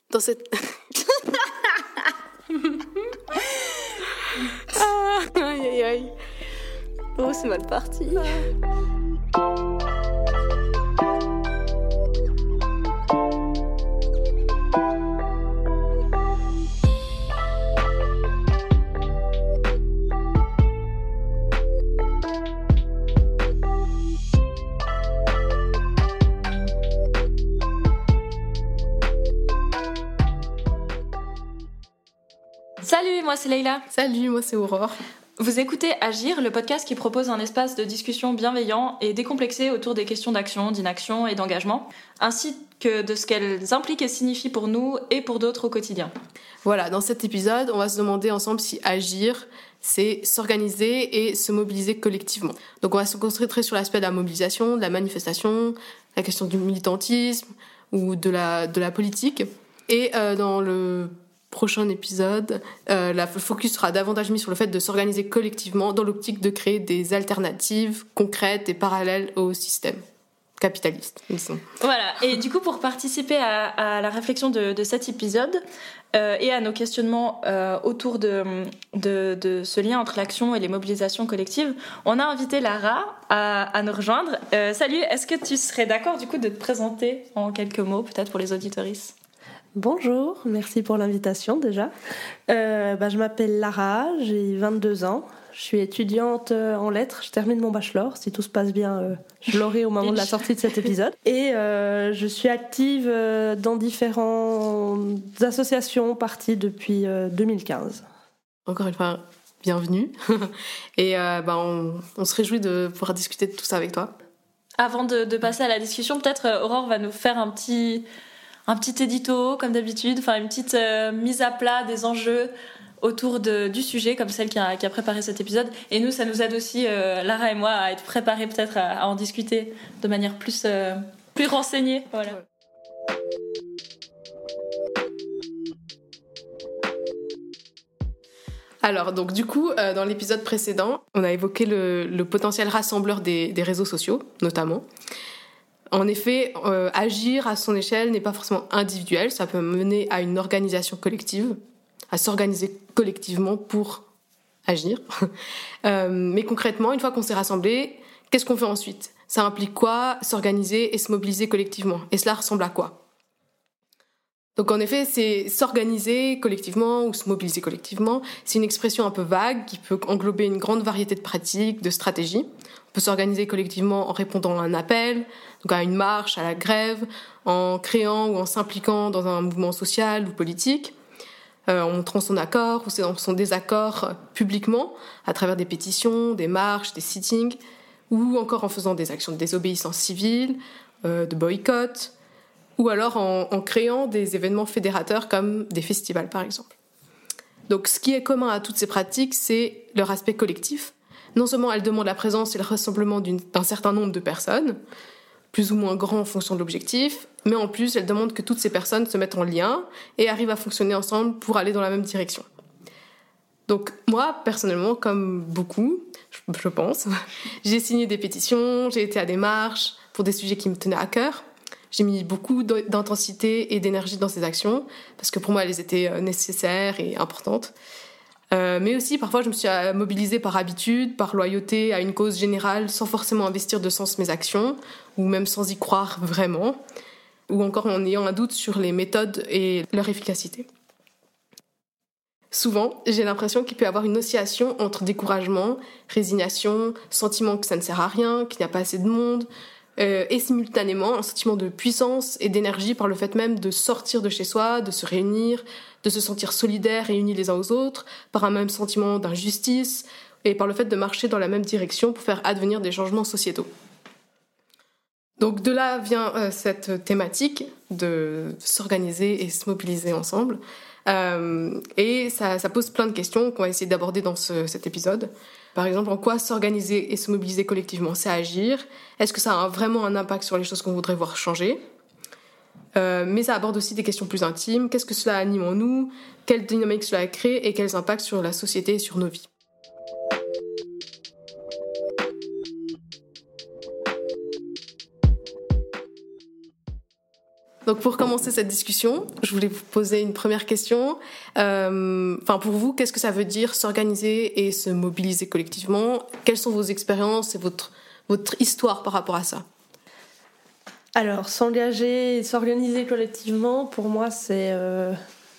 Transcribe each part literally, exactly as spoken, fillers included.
Dans cette... ah, aïe aïe aïe. Oh, c'est mal parti. Salut, moi c'est Leïla. Salut, moi c'est Aurore. Vous écoutez Agir, le podcast qui propose un espace de discussion bienveillant et décomplexé autour des questions d'action, d'inaction et d'engagement, ainsi que de ce qu'elles impliquent et signifient pour nous et pour d'autres au quotidien. Voilà, dans cet épisode, on va se demander ensemble si agir, c'est s'organiser et se mobiliser collectivement. Donc on va se concentrer sur l'aspect de la mobilisation, de la manifestation, la question du militantisme ou de la, de la politique. Et euh, dans le prochain épisode, euh, la focus sera davantage mis sur le fait de s'organiser collectivement dans l'optique de créer des alternatives concrètes et parallèles au système capitaliste. Voilà, et du coup pour participer à, à la réflexion de, de cet épisode euh, et à nos questionnements euh, autour de, de, de ce lien entre l'action et les mobilisations collectives, on a invité Lara à, à nous rejoindre. Euh, salut, est-ce que tu serais d'accord du coup de te présenter en quelques mots peut-être pour les auditoristes ? Bonjour, merci pour l'invitation déjà. Euh, bah, je m'appelle Lara, j'ai vingt-deux ans. Je suis étudiante en lettres, je termine mon bachelor. Si tout se passe bien, euh, je l'aurai au moment de la sortie de cet épisode. Et euh, je suis active dans différentes associations, parties depuis euh, deux mille quinze. Encore une fois, bienvenue. Et euh, bah, on, on se réjouit de pouvoir discuter de tout ça avec toi. Avant de, de passer à la discussion, peut-être Aurore va nous faire un petit... un petit édito, comme d'habitude, enfin une petite euh, mise à plat des enjeux autour de, du sujet, comme celle qui a, qui a préparé cet épisode. Et nous, ça nous aide aussi, euh, Lara et moi, à être préparés peut-être à, à en discuter de manière plus, euh, plus renseignée. Voilà. Alors, donc du coup, euh, dans l'épisode précédent, on a évoqué le, le potentiel rassembleur des, des réseaux sociaux, notamment. En effet, euh, agir à son échelle n'est pas forcément individuel, ça peut mener à une organisation collective, à s'organiser collectivement pour agir. euh, mais concrètement, une fois qu'on s'est rassemblé, qu'est-ce qu'on fait ensuite ? Ça implique quoi ? S'organiser et se mobiliser collectivement. Et cela ressemble à quoi ? Donc en effet, c'est s'organiser collectivement ou se mobiliser collectivement. C'est une expression un peu vague qui peut englober une grande variété de pratiques, de stratégies. On peut s'organiser collectivement en répondant à un appel, donc à une marche, à la grève, en créant ou en s'impliquant dans un mouvement social ou politique, euh, en montrant son accord ou son désaccord publiquement à travers des pétitions, des marches, des sittings, ou encore en faisant des actions de désobéissance civile, euh, de boycott, ou alors en, en créant des événements fédérateurs comme des festivals par exemple. Donc ce qui est commun à toutes ces pratiques, c'est leur aspect collectif. Non seulement elles demandent la présence et le rassemblement d'une, d'un certain nombre de personnes, plus ou moins grand en fonction de l'objectif, mais en plus elles demandent que toutes ces personnes se mettent en lien et arrivent à fonctionner ensemble pour aller dans la même direction. Donc moi, personnellement, comme beaucoup, je pense, j'ai signé des pétitions, j'ai été à des marches pour des sujets qui me tenaient à cœur. J'ai mis beaucoup d'intensité et d'énergie dans ces actions, parce que pour moi, elles étaient nécessaires et importantes. Euh, mais aussi, parfois, je me suis mobilisée par habitude, par loyauté à une cause générale, sans forcément investir de sens mes actions, ou même sans y croire vraiment, ou encore en ayant un doute sur les méthodes et leur efficacité. Souvent, j'ai l'impression qu'il peut y avoir une oscillation entre découragement, résignation, sentiment que ça ne sert à rien, qu'il n'y a pas assez de monde, euh, et simultanément un sentiment de puissance et d'énergie par le fait même de sortir de chez soi, de se réunir, de se sentir solidaires et unis les uns aux autres, par un même sentiment d'injustice, et par le fait de marcher dans la même direction pour faire advenir des changements sociétaux. Donc de là vient euh, cette thématique de s'organiser et se mobiliser ensemble. Euh, et ça, ça pose plein de questions qu'on va essayer d'aborder dans ce, cet épisode. Par exemple, en quoi s'organiser et se mobiliser collectivement, c'est agir ? Est-ce que ça a vraiment un impact sur les choses qu'on voudrait voir changer ? euh, Mais ça aborde aussi des questions plus intimes. Qu'est-ce que cela anime en nous ? Quelle dynamique cela crée ? Et quels impacts sur la société et sur nos vies ? Donc pour commencer cette discussion, je voulais vous poser une première question. Euh, enfin, pour vous, qu'est-ce que ça veut dire s'organiser et se mobiliser collectivement ? Quelles sont vos expériences et votre, votre histoire par rapport à ça ? Alors, s'engager et s'organiser collectivement, pour moi, c'est euh,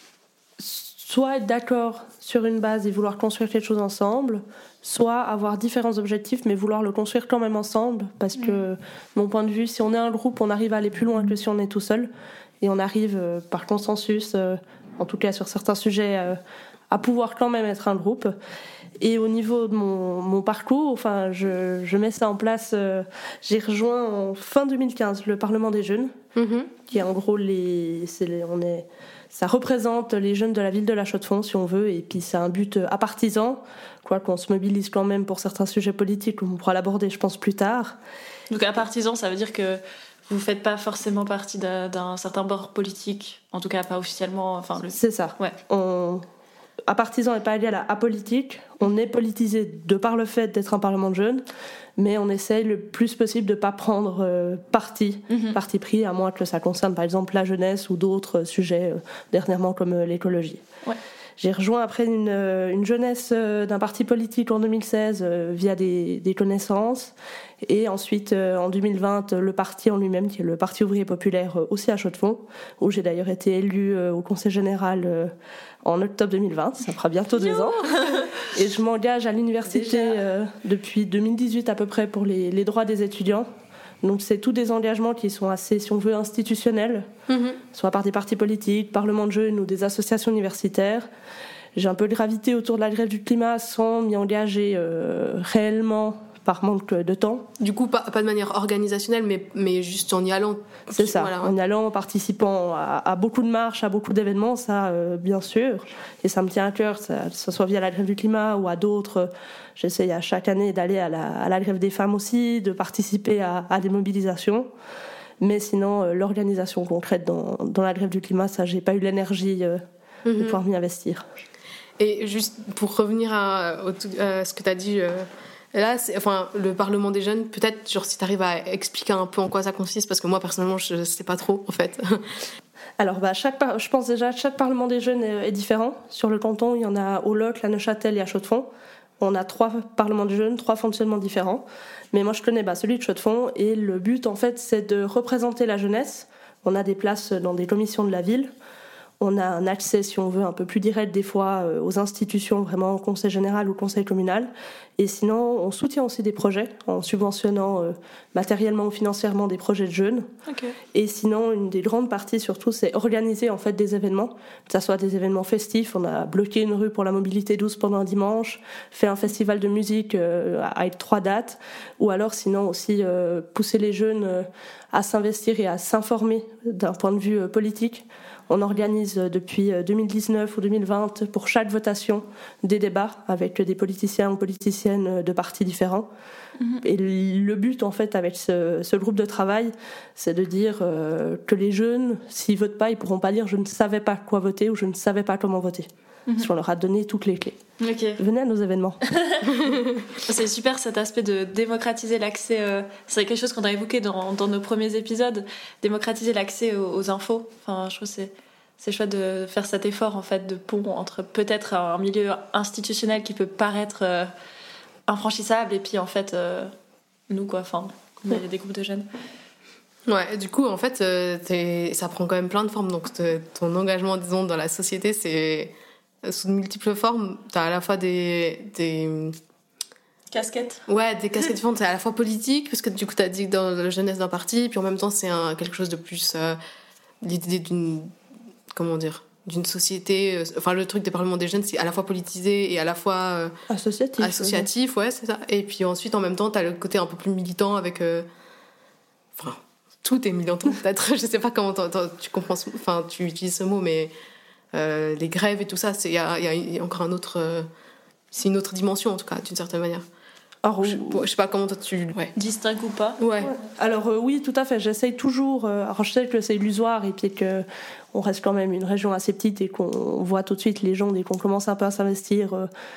soit être d'accord sur une base et vouloir construire quelque chose ensemble, soit avoir différents objectifs mais vouloir le construire quand même ensemble, parce que, de mon point de vue, si on est un groupe, on arrive à aller plus loin que si on est tout seul, et on arrive euh, par consensus, euh, en tout cas sur certains sujets, euh, à pouvoir quand même être un groupe. Et au niveau de mon, mon parcours, enfin, je, je mets ça en place. Euh, j'ai rejoint en fin deux mille quinze le Parlement des jeunes, mm-hmm. qui est en gros les, c'est les, on est, ça représente les jeunes de la ville de La Chaux-de-Fonds, si on veut, et puis c'est un but apartisan, quoi qu'on se mobilise quand même pour certains sujets politiques, on pourra l'aborder, je pense, plus tard. Donc apartisan, ça veut dire que vous ne faites pas forcément partie d'un, d'un certain bord politique, en tout cas pas officiellement. Enfin, le... C'est ça. Ouais. On... Apartisan n'est pas égal à apolitique. On est politisé de par le fait d'être un parlement de jeunes, mais on essaye le plus possible de ne pas prendre euh, parti, mm-hmm. parti pris, à moins que ça concerne par exemple la jeunesse ou d'autres sujets, euh, dernièrement comme euh, l'écologie. Ouais. J'ai rejoint après une, une jeunesse d'un parti politique en deux mille seize euh, via des, des connaissances, et ensuite euh, en deux mille vingt le parti en lui-même, qui est le Parti ouvrier populaire, euh, aussi à Chaux-de-Fonds, où j'ai d'ailleurs été élue euh, au conseil général euh, en octobre deux mille vingt, ça fera bientôt deux ans, et je m'engage à l'université euh, depuis deux mille dix-huit à peu près pour les, les droits des étudiants. Donc c'est tous des engagements qui sont assez, si on veut, institutionnels, mm-hmm. soit par des partis politiques, parlements de jeunes ou des associations universitaires. J'ai un peu gravité autour de la grève du climat sans m'y engager euh, réellement par manque de temps. Du coup, pas, pas de manière organisationnelle, mais, mais juste en y allant. C'est ça, voilà, en y allant, en participant à, à beaucoup de marches, à beaucoup d'événements, ça, euh, bien sûr. Et ça me tient à cœur, ça, que ce soit via la grève du climat ou à d'autres. J'essaye à chaque année d'aller à la, à la grève des femmes aussi, de participer à, à des mobilisations. Mais sinon, euh, l'organisation concrète dans, dans la grève du climat, ça, j'ai pas eu l'énergie euh, mm-hmm. de pouvoir m'y investir. Et juste pour revenir à, à ce que tu as dit... Euh... Là, c'est, enfin, le Parlement des jeunes, peut-être, genre, si tu arrives à expliquer un peu en quoi ça consiste, parce que moi, personnellement, je ne sais pas trop, en fait. Alors, bah, chaque, je pense déjà que chaque Parlement des jeunes est, est différent. Sur le canton, il y en a au Locle, à Neuchâtel et à Chaux-de-Fonds. On a trois Parlements des jeunes, trois fonctionnements différents. Mais moi, je connais bah, celui de Chaux-de-Fonds, et le but, en fait, c'est de représenter la jeunesse. On a des places dans des commissions de la ville. On a un accès, si on veut, un peu plus direct des fois aux institutions, vraiment au conseil général ou au conseil communal. Et sinon, on soutient aussi des projets en subventionnant euh, matériellement ou financièrement des projets de jeunes. Okay. Et sinon, une des grandes parties surtout, c'est organiser en fait des événements, que ce soit des événements festifs. On a bloqué une rue pour la mobilité douce pendant un dimanche, fait un festival de musique euh, avec trois dates, ou alors sinon aussi euh, pousser les jeunes euh, à s'investir et à s'informer d'un point de vue euh, politique. On organise depuis deux mille dix-neuf ou deux mille vingt pour chaque votation des débats avec des politiciens ou politiciennes de partis différents. Mmh. Et le but en fait avec ce, ce groupe de travail, c'est de dire euh, que les jeunes, s'ils votent pas, ils pourront pas dire je ne savais pas quoi voter ou je ne savais pas comment voter. Mmh. Parce qu'on leur a donné toutes les clés. Okay. Venez à nos événements. C'est super cet aspect de démocratiser l'accès. Euh, c'est quelque chose qu'on a évoqué dans, dans nos premiers épisodes. Démocratiser l'accès aux, aux infos. Enfin, je trouve que c'est, c'est chouette de faire cet effort en fait de pont entre peut-être un milieu institutionnel qui peut paraître euh, infranchissable et puis en fait euh, nous quoi. Enfin, il y a des groupes de jeunes. Ouais, du coup, en fait, euh, ça prend quand même plein de formes. Donc, ton engagement, disons, dans la société, c'est sous de multiples formes. T'as à la fois des, des... casquettes. Ouais, des casquettes différentes. C'est à la fois politique, parce que du coup, t'as dit que dans la jeunesse d'un parti, puis en même temps, c'est un, quelque chose de plus... Euh, l'idée d'une... Comment dire d'une société... Euh, enfin, le truc des parlements des jeunes, c'est à la fois politisé et à la fois... Euh, associatif. Associatif, ouais. ouais, c'est ça. Et puis ensuite, en même temps, t'as le côté un peu plus militant avec... Euh, enfin, tout est militant, peut-être. Je sais pas comment tu comprends... Enfin, tu utilises ce mot, mais... Euh, les grèves et tout ça, il y a, y a encore un autre... Euh, c'est une autre dimension, en tout cas, d'une certaine manière. Alors, je, je sais pas comment toi tu... Ouais. Distingue ou pas. Ouais. ouais. Alors euh, oui, tout à fait. J'essaye toujours... Euh, alors je sais que c'est illusoire et puis qu'on reste quand même une région assez petite et qu'on voit tout de suite les gens, dès qu'on commence un peu à s'investir... Euh,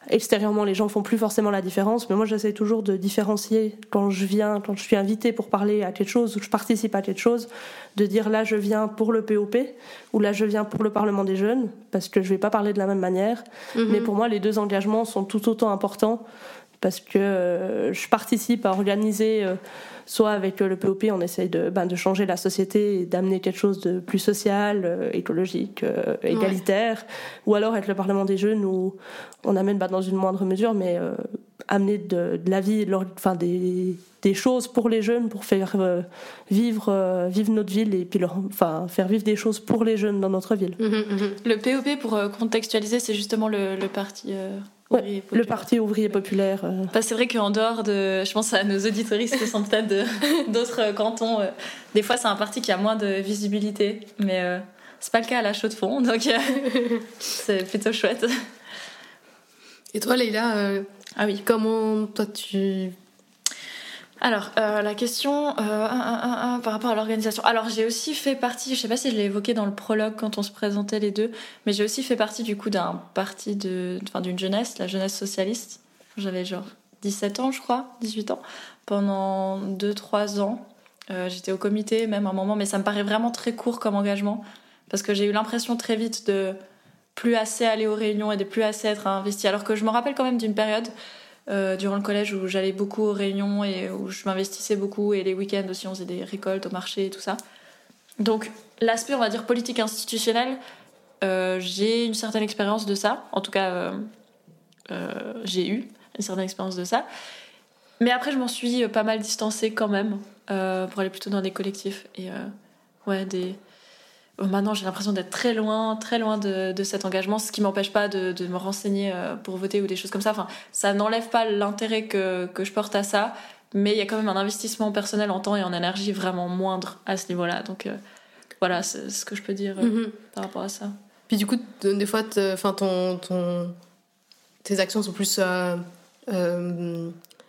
extérieurement les gens font plus forcément la différence, mais moi j'essaie toujours de différencier quand je viens, quand je suis invitée pour parler à quelque chose ou que je participe à quelque chose, de dire là je viens pour le P O P ou là je viens pour le Parlement des jeunes, parce que je vais pas parler de la même manière, mm-hmm. mais pour moi les deux engagements sont tout autant importants, parce que euh, je participe à organiser, euh, soit avec le P O P, on essaye de, ben, de changer la société et d'amener quelque chose de plus social, euh, écologique, euh, égalitaire, ouais. ou alors avec le Parlement des jeunes où on amène ben, dans une moindre mesure, mais euh, amener de, de la vie, leur, enfin, des, des choses pour les jeunes, pour faire euh, vivre, euh, vivre notre ville et puis leur, enfin, faire vivre des choses pour les jeunes dans notre ville. Mmh, mmh. Le P O P, pour euh, contextualiser, c'est justement le, le parti... Euh... Ouais, le Parti ouvrier populaire. Euh... Bah, c'est vrai qu'en dehors de... Je pense à nos auditoristes qui sont peut-être de, d'autres cantons. Euh, des fois, c'est un parti qui a moins de visibilité. Mais euh, c'est pas le cas à la Chaux-de-Fonds. Donc, euh, c'est plutôt chouette. Et toi, Leïla, euh, ah oui. comment toi tu... Alors, euh, la question euh, un, un, un, par rapport à l'organisation. Alors, j'ai aussi fait partie, je sais pas si je l'ai évoqué dans le prologue quand on se présentait les deux, mais j'ai aussi fait partie du coup d'un parti de, enfin, d'une jeunesse, la jeunesse socialiste. J'avais genre dix-sept ans, je crois, dix-huit ans, pendant deux trois ans. Euh, j'étais au comité, même à un moment, mais ça me paraît vraiment très court comme engagement, parce que j'ai eu l'impression très vite de plus assez aller aux réunions et de plus assez être investie. Alors que je me rappelle quand même d'une période Euh, durant le collège où j'allais beaucoup aux réunions et où je m'investissais beaucoup, et les week-ends aussi on faisait des récoltes au marché et tout ça. Donc l'aspect, on va dire, politique institutionnelle, euh, j'ai une certaine expérience de ça, en tout cas euh, euh, j'ai eu une certaine expérience de ça, mais après je m'en suis pas mal distancée quand même euh, pour aller plutôt dans des collectifs et euh, ouais des... Maintenant, j'ai l'impression d'être très loin, très loin de, de cet engagement, ce qui m'empêche pas de, de me renseigner pour voter ou des choses comme ça. Enfin, ça n'enlève pas l'intérêt que, que je porte à ça, mais il y a quand même un investissement personnel en temps et en énergie vraiment moindre à ce niveau-là. Donc euh, voilà, c'est ce que je peux dire euh, mm-hmm. par rapport à ça. Puis du coup, des fois, enfin, ton, ton, tes actions sont plus euh, euh,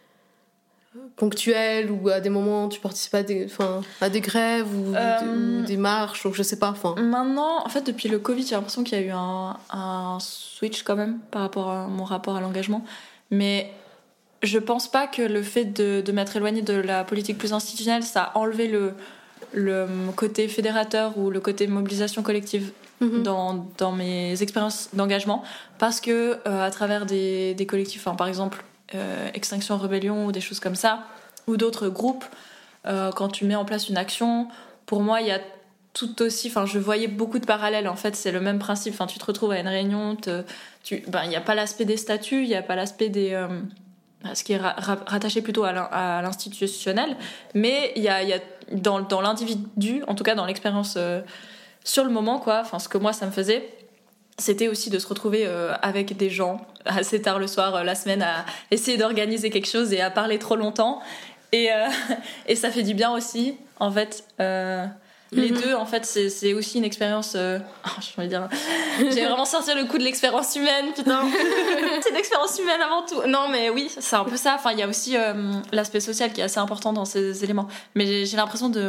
ponctuelles, ou à des moments tu participes à des, à des grèves ou, euh, ou des marches, ou je sais pas. Maintenant, en fait, depuis le Covid, j'ai l'impression qu'il y a eu un, un switch quand même par rapport à mon rapport à l'engagement. Mais je pense pas que le fait de, de m'être éloignée de la politique plus institutionnelle, ça a enlevé le, le côté fédérateur ou le côté mobilisation collective mmh. dans, dans mes expériences d'engagement. Parce que euh, à travers des, des collectifs, par exemple, Euh, Extinction Rebellion ou des choses comme ça, ou d'autres groupes, euh, quand tu mets en place une action, pour moi il y a tout aussi, enfin je voyais beaucoup de parallèles, en fait c'est le même principe, enfin tu te retrouves à une réunion, te, tu, ben il n'y a pas l'aspect des statuts, il n'y a pas l'aspect des euh, ce qui est ra- rattaché plutôt à, l'in, à l'institutionnel, mais il y a, il y a dans, dans l'individu, en tout cas dans l'expérience euh, sur le moment, quoi, enfin ce que moi ça me faisait, c'était aussi de se retrouver euh, avec des gens assez tard le soir, euh, la semaine, à essayer d'organiser quelque chose et à parler trop longtemps. Et, euh, et ça fait du bien aussi, en fait. Euh, mm-hmm. Les deux, en fait, c'est, c'est aussi une expérience... Euh... Oh, je vais dire... J'ai vraiment sorti le coup de l'expérience humaine, putain. C'est une expérience humaine avant tout. Non, mais oui, c'est un peu ça. Enfin, il y a aussi euh, l'aspect social qui est assez important dans ces éléments. Mais j'ai, j'ai l'impression de...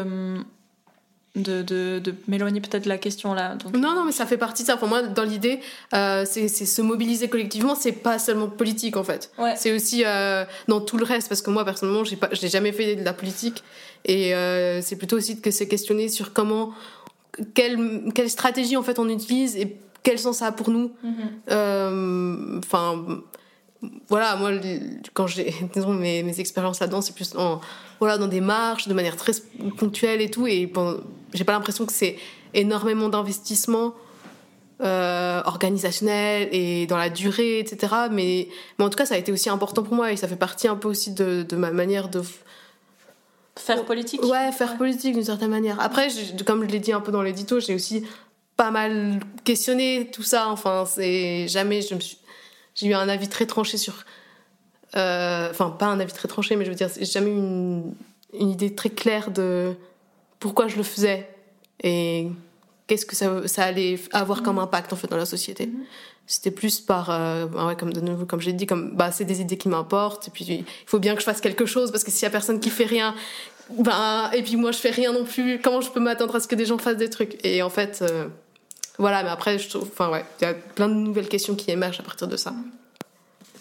De, de, de m'éloigner peut-être de la question là. Donc... Non, non, mais ça fait partie de ça. Pour moi, dans l'idée, euh, c'est, c'est se mobiliser collectivement, c'est pas seulement politique en fait. Ouais. C'est aussi euh, dans tout le reste, parce que moi personnellement, j'ai pas, j'ai jamais fait de la politique, et euh, c'est plutôt aussi que c'est questionner sur comment, quelle, quelle stratégie en fait on utilise et quel sens ça a pour nous. Enfin. Mm-hmm. Euh, voilà, moi, quand j'ai disons, mes, mes expériences là-dedans, c'est plus en, voilà, dans des marches, de manière très ponctuelle et tout, et bon, j'ai pas l'impression que c'est énormément d'investissement euh, organisationnel et dans la durée, et cetera. Mais, mais en tout cas, ça a été aussi important pour moi, et ça fait partie un peu aussi de, de ma manière de... Faire politique. Ouais, faire ouais. politique d'une certaine manière. Après, je, comme je l'ai dit un peu dans l'édito, j'ai aussi pas mal questionné tout ça. Enfin, c'est jamais... Je me suis... J'ai eu un avis très tranché sur... Euh, enfin, pas un avis très tranché, mais je veux dire, j'ai jamais eu une, une idée très claire de pourquoi je le faisais et qu'est-ce que ça, ça allait avoir comme impact, en fait, dans la société. Mm-hmm. C'était plus par... Euh, ouais, comme de nouveau, comme je l'ai dit, comme, bah, c'est des idées qui m'importent, et puis il faut bien que je fasse quelque chose, parce que s'il y a personne qui fait rien, bah, et puis moi, je fais rien non plus, comment je peux m'attendre à ce que des gens fassent des trucs? Et en fait... Euh, Voilà, mais après, je trouve, enfin ouais, il y a plein de nouvelles questions qui émergent à partir de ça.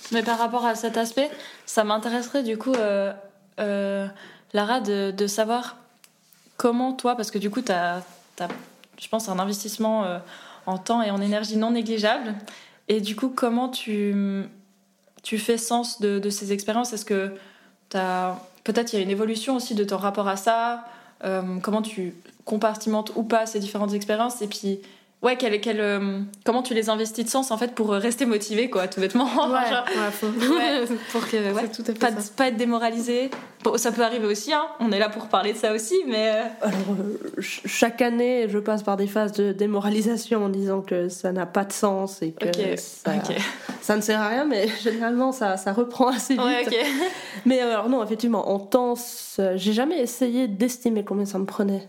Mais par rapport à cet aspect, ça m'intéresserait du coup, euh, euh, Lara, de, de savoir comment toi, parce que du coup, tu as, je pense, un investissement euh, en temps et en énergie non négligeable. Et du coup, comment tu, tu fais sens de, de ces expériences ? Est-ce que t'as, peut-être il y a une évolution aussi de ton rapport à ça ? euh, Comment tu compartimentes ou pas ces différentes expériences ? Et puis... Ouais, quel, quel, euh, comment tu les investis de sens en fait pour rester motivé, quoi, tout bêtement. Ouais, genre, ouais, faut... ouais, pour que ouais, c'est tout à fait pas, ça. pas être démoralisé. Bon, ça peut arriver aussi, hein. On est là pour parler de ça aussi, mais. Euh... Alors, euh, ch- chaque année, je passe par des phases de démoralisation en disant que ça n'a pas de sens et que okay. ça, okay. ça ne sert à rien, mais généralement ça, ça reprend assez vite. Ouais, okay. Mais alors, non, effectivement, en temps, j'ai jamais essayé d'estimer combien ça me prenait.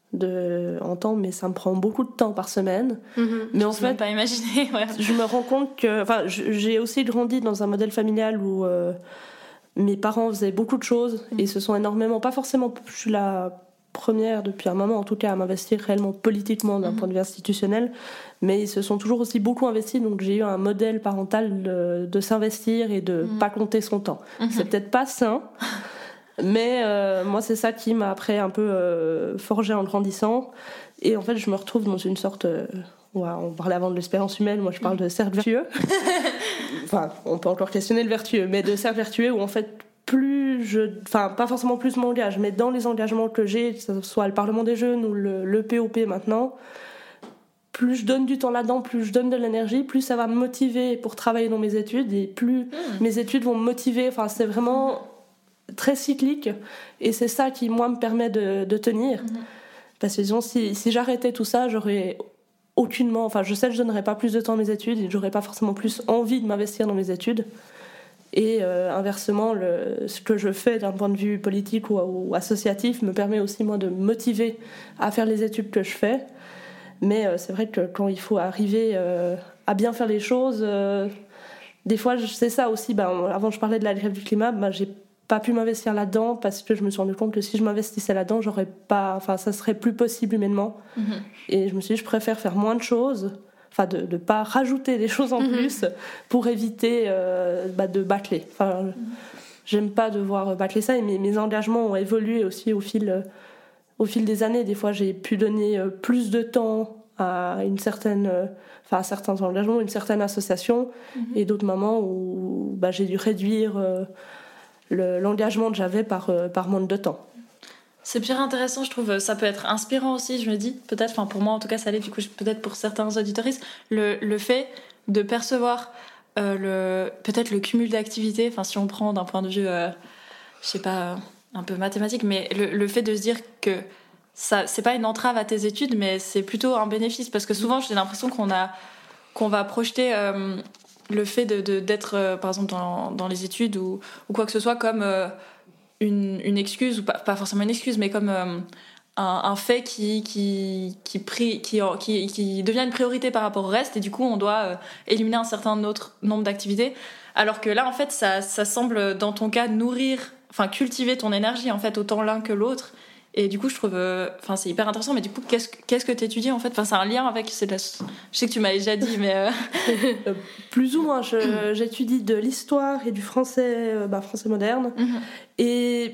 De, en temps, mais ça me prend beaucoup de temps par semaine. Mm-hmm. Mais je en fait, pas imaginer. Ouais. Je me rends compte que, enfin, j'ai aussi grandi dans un modèle familial où euh, mes parents faisaient beaucoup de choses mm. et se sont énormément, pas forcément, je suis la première depuis un moment en tout cas à m'investir réellement politiquement d'un mm. point de vue institutionnel, mais ils se sont toujours aussi beaucoup investis, donc j'ai eu un modèle parental de, de s'investir et de mm. pas compter son temps. Mm-hmm. C'est peut-être pas sain. Mais euh, moi, c'est ça qui m'a après un peu euh, forgé en grandissant. Et en fait, je me retrouve dans une sorte... Euh, ouais, on parlait avant de l'espérance humaine, moi je parle de cercle vertueux. Enfin, on peut encore questionner le vertueux, mais de cercle vertueux où en fait, plus je... Enfin, pas forcément plus je m'engage, mais dans les engagements que j'ai, que ce soit le Parlement des Jeunes ou le, le P O P maintenant, plus je donne du temps là-dedans, plus je donne de l'énergie, plus ça va me motiver pour travailler dans mes études et plus mmh. mes études vont me motiver. Enfin, c'est vraiment... très cyclique et c'est ça qui moi me permet de, de tenir mmh. parce que disons, si, si j'arrêtais tout ça j'aurais aucunement, enfin je sais que je donnerais pas plus de temps à mes études et j'aurais pas forcément plus envie de m'investir dans mes études et euh, inversement le, ce que je fais d'un point de vue politique ou, ou associatif me permet aussi moi de me motiver à faire les études que je fais, mais euh, c'est vrai que quand il faut arriver euh, à bien faire les choses euh, des fois c'est ça aussi, ben, avant je parlais de la grève du climat, ben, j'ai pas pu m'investir là-dedans parce que je me suis rendu compte que si je m'investissais là-dedans, j'aurais pas, enfin, ça serait plus possible humainement. Mm-hmm. Et je me suis dit, je préfère faire moins de choses, enfin, de ne pas rajouter des choses en mm-hmm. plus pour éviter euh, bah, de bâcler. Enfin, mm-hmm. j'aime pas devoir bâcler ça et mes, mes engagements ont évolué aussi au fil, euh, au fil des années. Des fois, j'ai pu donner euh, plus de temps à une certaine, euh, enfin, à certains engagements, une certaine association mm-hmm. et d'autres moments où bah, j'ai dû réduire euh, Le, l'engagement que j'avais par, euh, par manque de temps. C'est bien intéressant, je trouve. Ça peut être inspirant aussi, je me dis. Peut-être, enfin pour moi en tout cas, ça l'est, du coup, peut-être pour certains auditoristes, le, le fait de percevoir euh, le, peut-être le cumul d'activités, enfin si on prend d'un point de vue, euh, je sais pas, un peu mathématique, mais le, le fait de se dire que ça, c'est pas une entrave à tes études, mais c'est plutôt un bénéfice. Parce que souvent, j'ai l'impression qu'on, a, qu'on va projeter... Euh, le fait de, de, d'être, euh, par exemple, dans, dans les études ou, ou quoi que ce soit, comme euh, une, une excuse, ou pas, pas forcément une excuse, mais comme euh, un, un fait qui, qui, qui, pri, qui, qui, qui devient une priorité par rapport au reste, et du coup, on doit euh, éliminer un certain autre nombre d'activités. Alors que là, en fait, ça, ça semble, dans ton cas, nourrir, enfin, cultiver ton énergie, en fait, autant l'un que l'autre. Et du coup, je trouve, enfin, euh, c'est hyper intéressant. Mais du coup, qu'est-ce, qu'est-ce que tu étudies en fait ? Enfin, c'est un lien avec. C'est la... Je sais que tu m'avais déjà dit, mais euh... euh, plus ou moins. Je, j'étudie de l'histoire et du français, euh, bah, français moderne. Mm-hmm. Et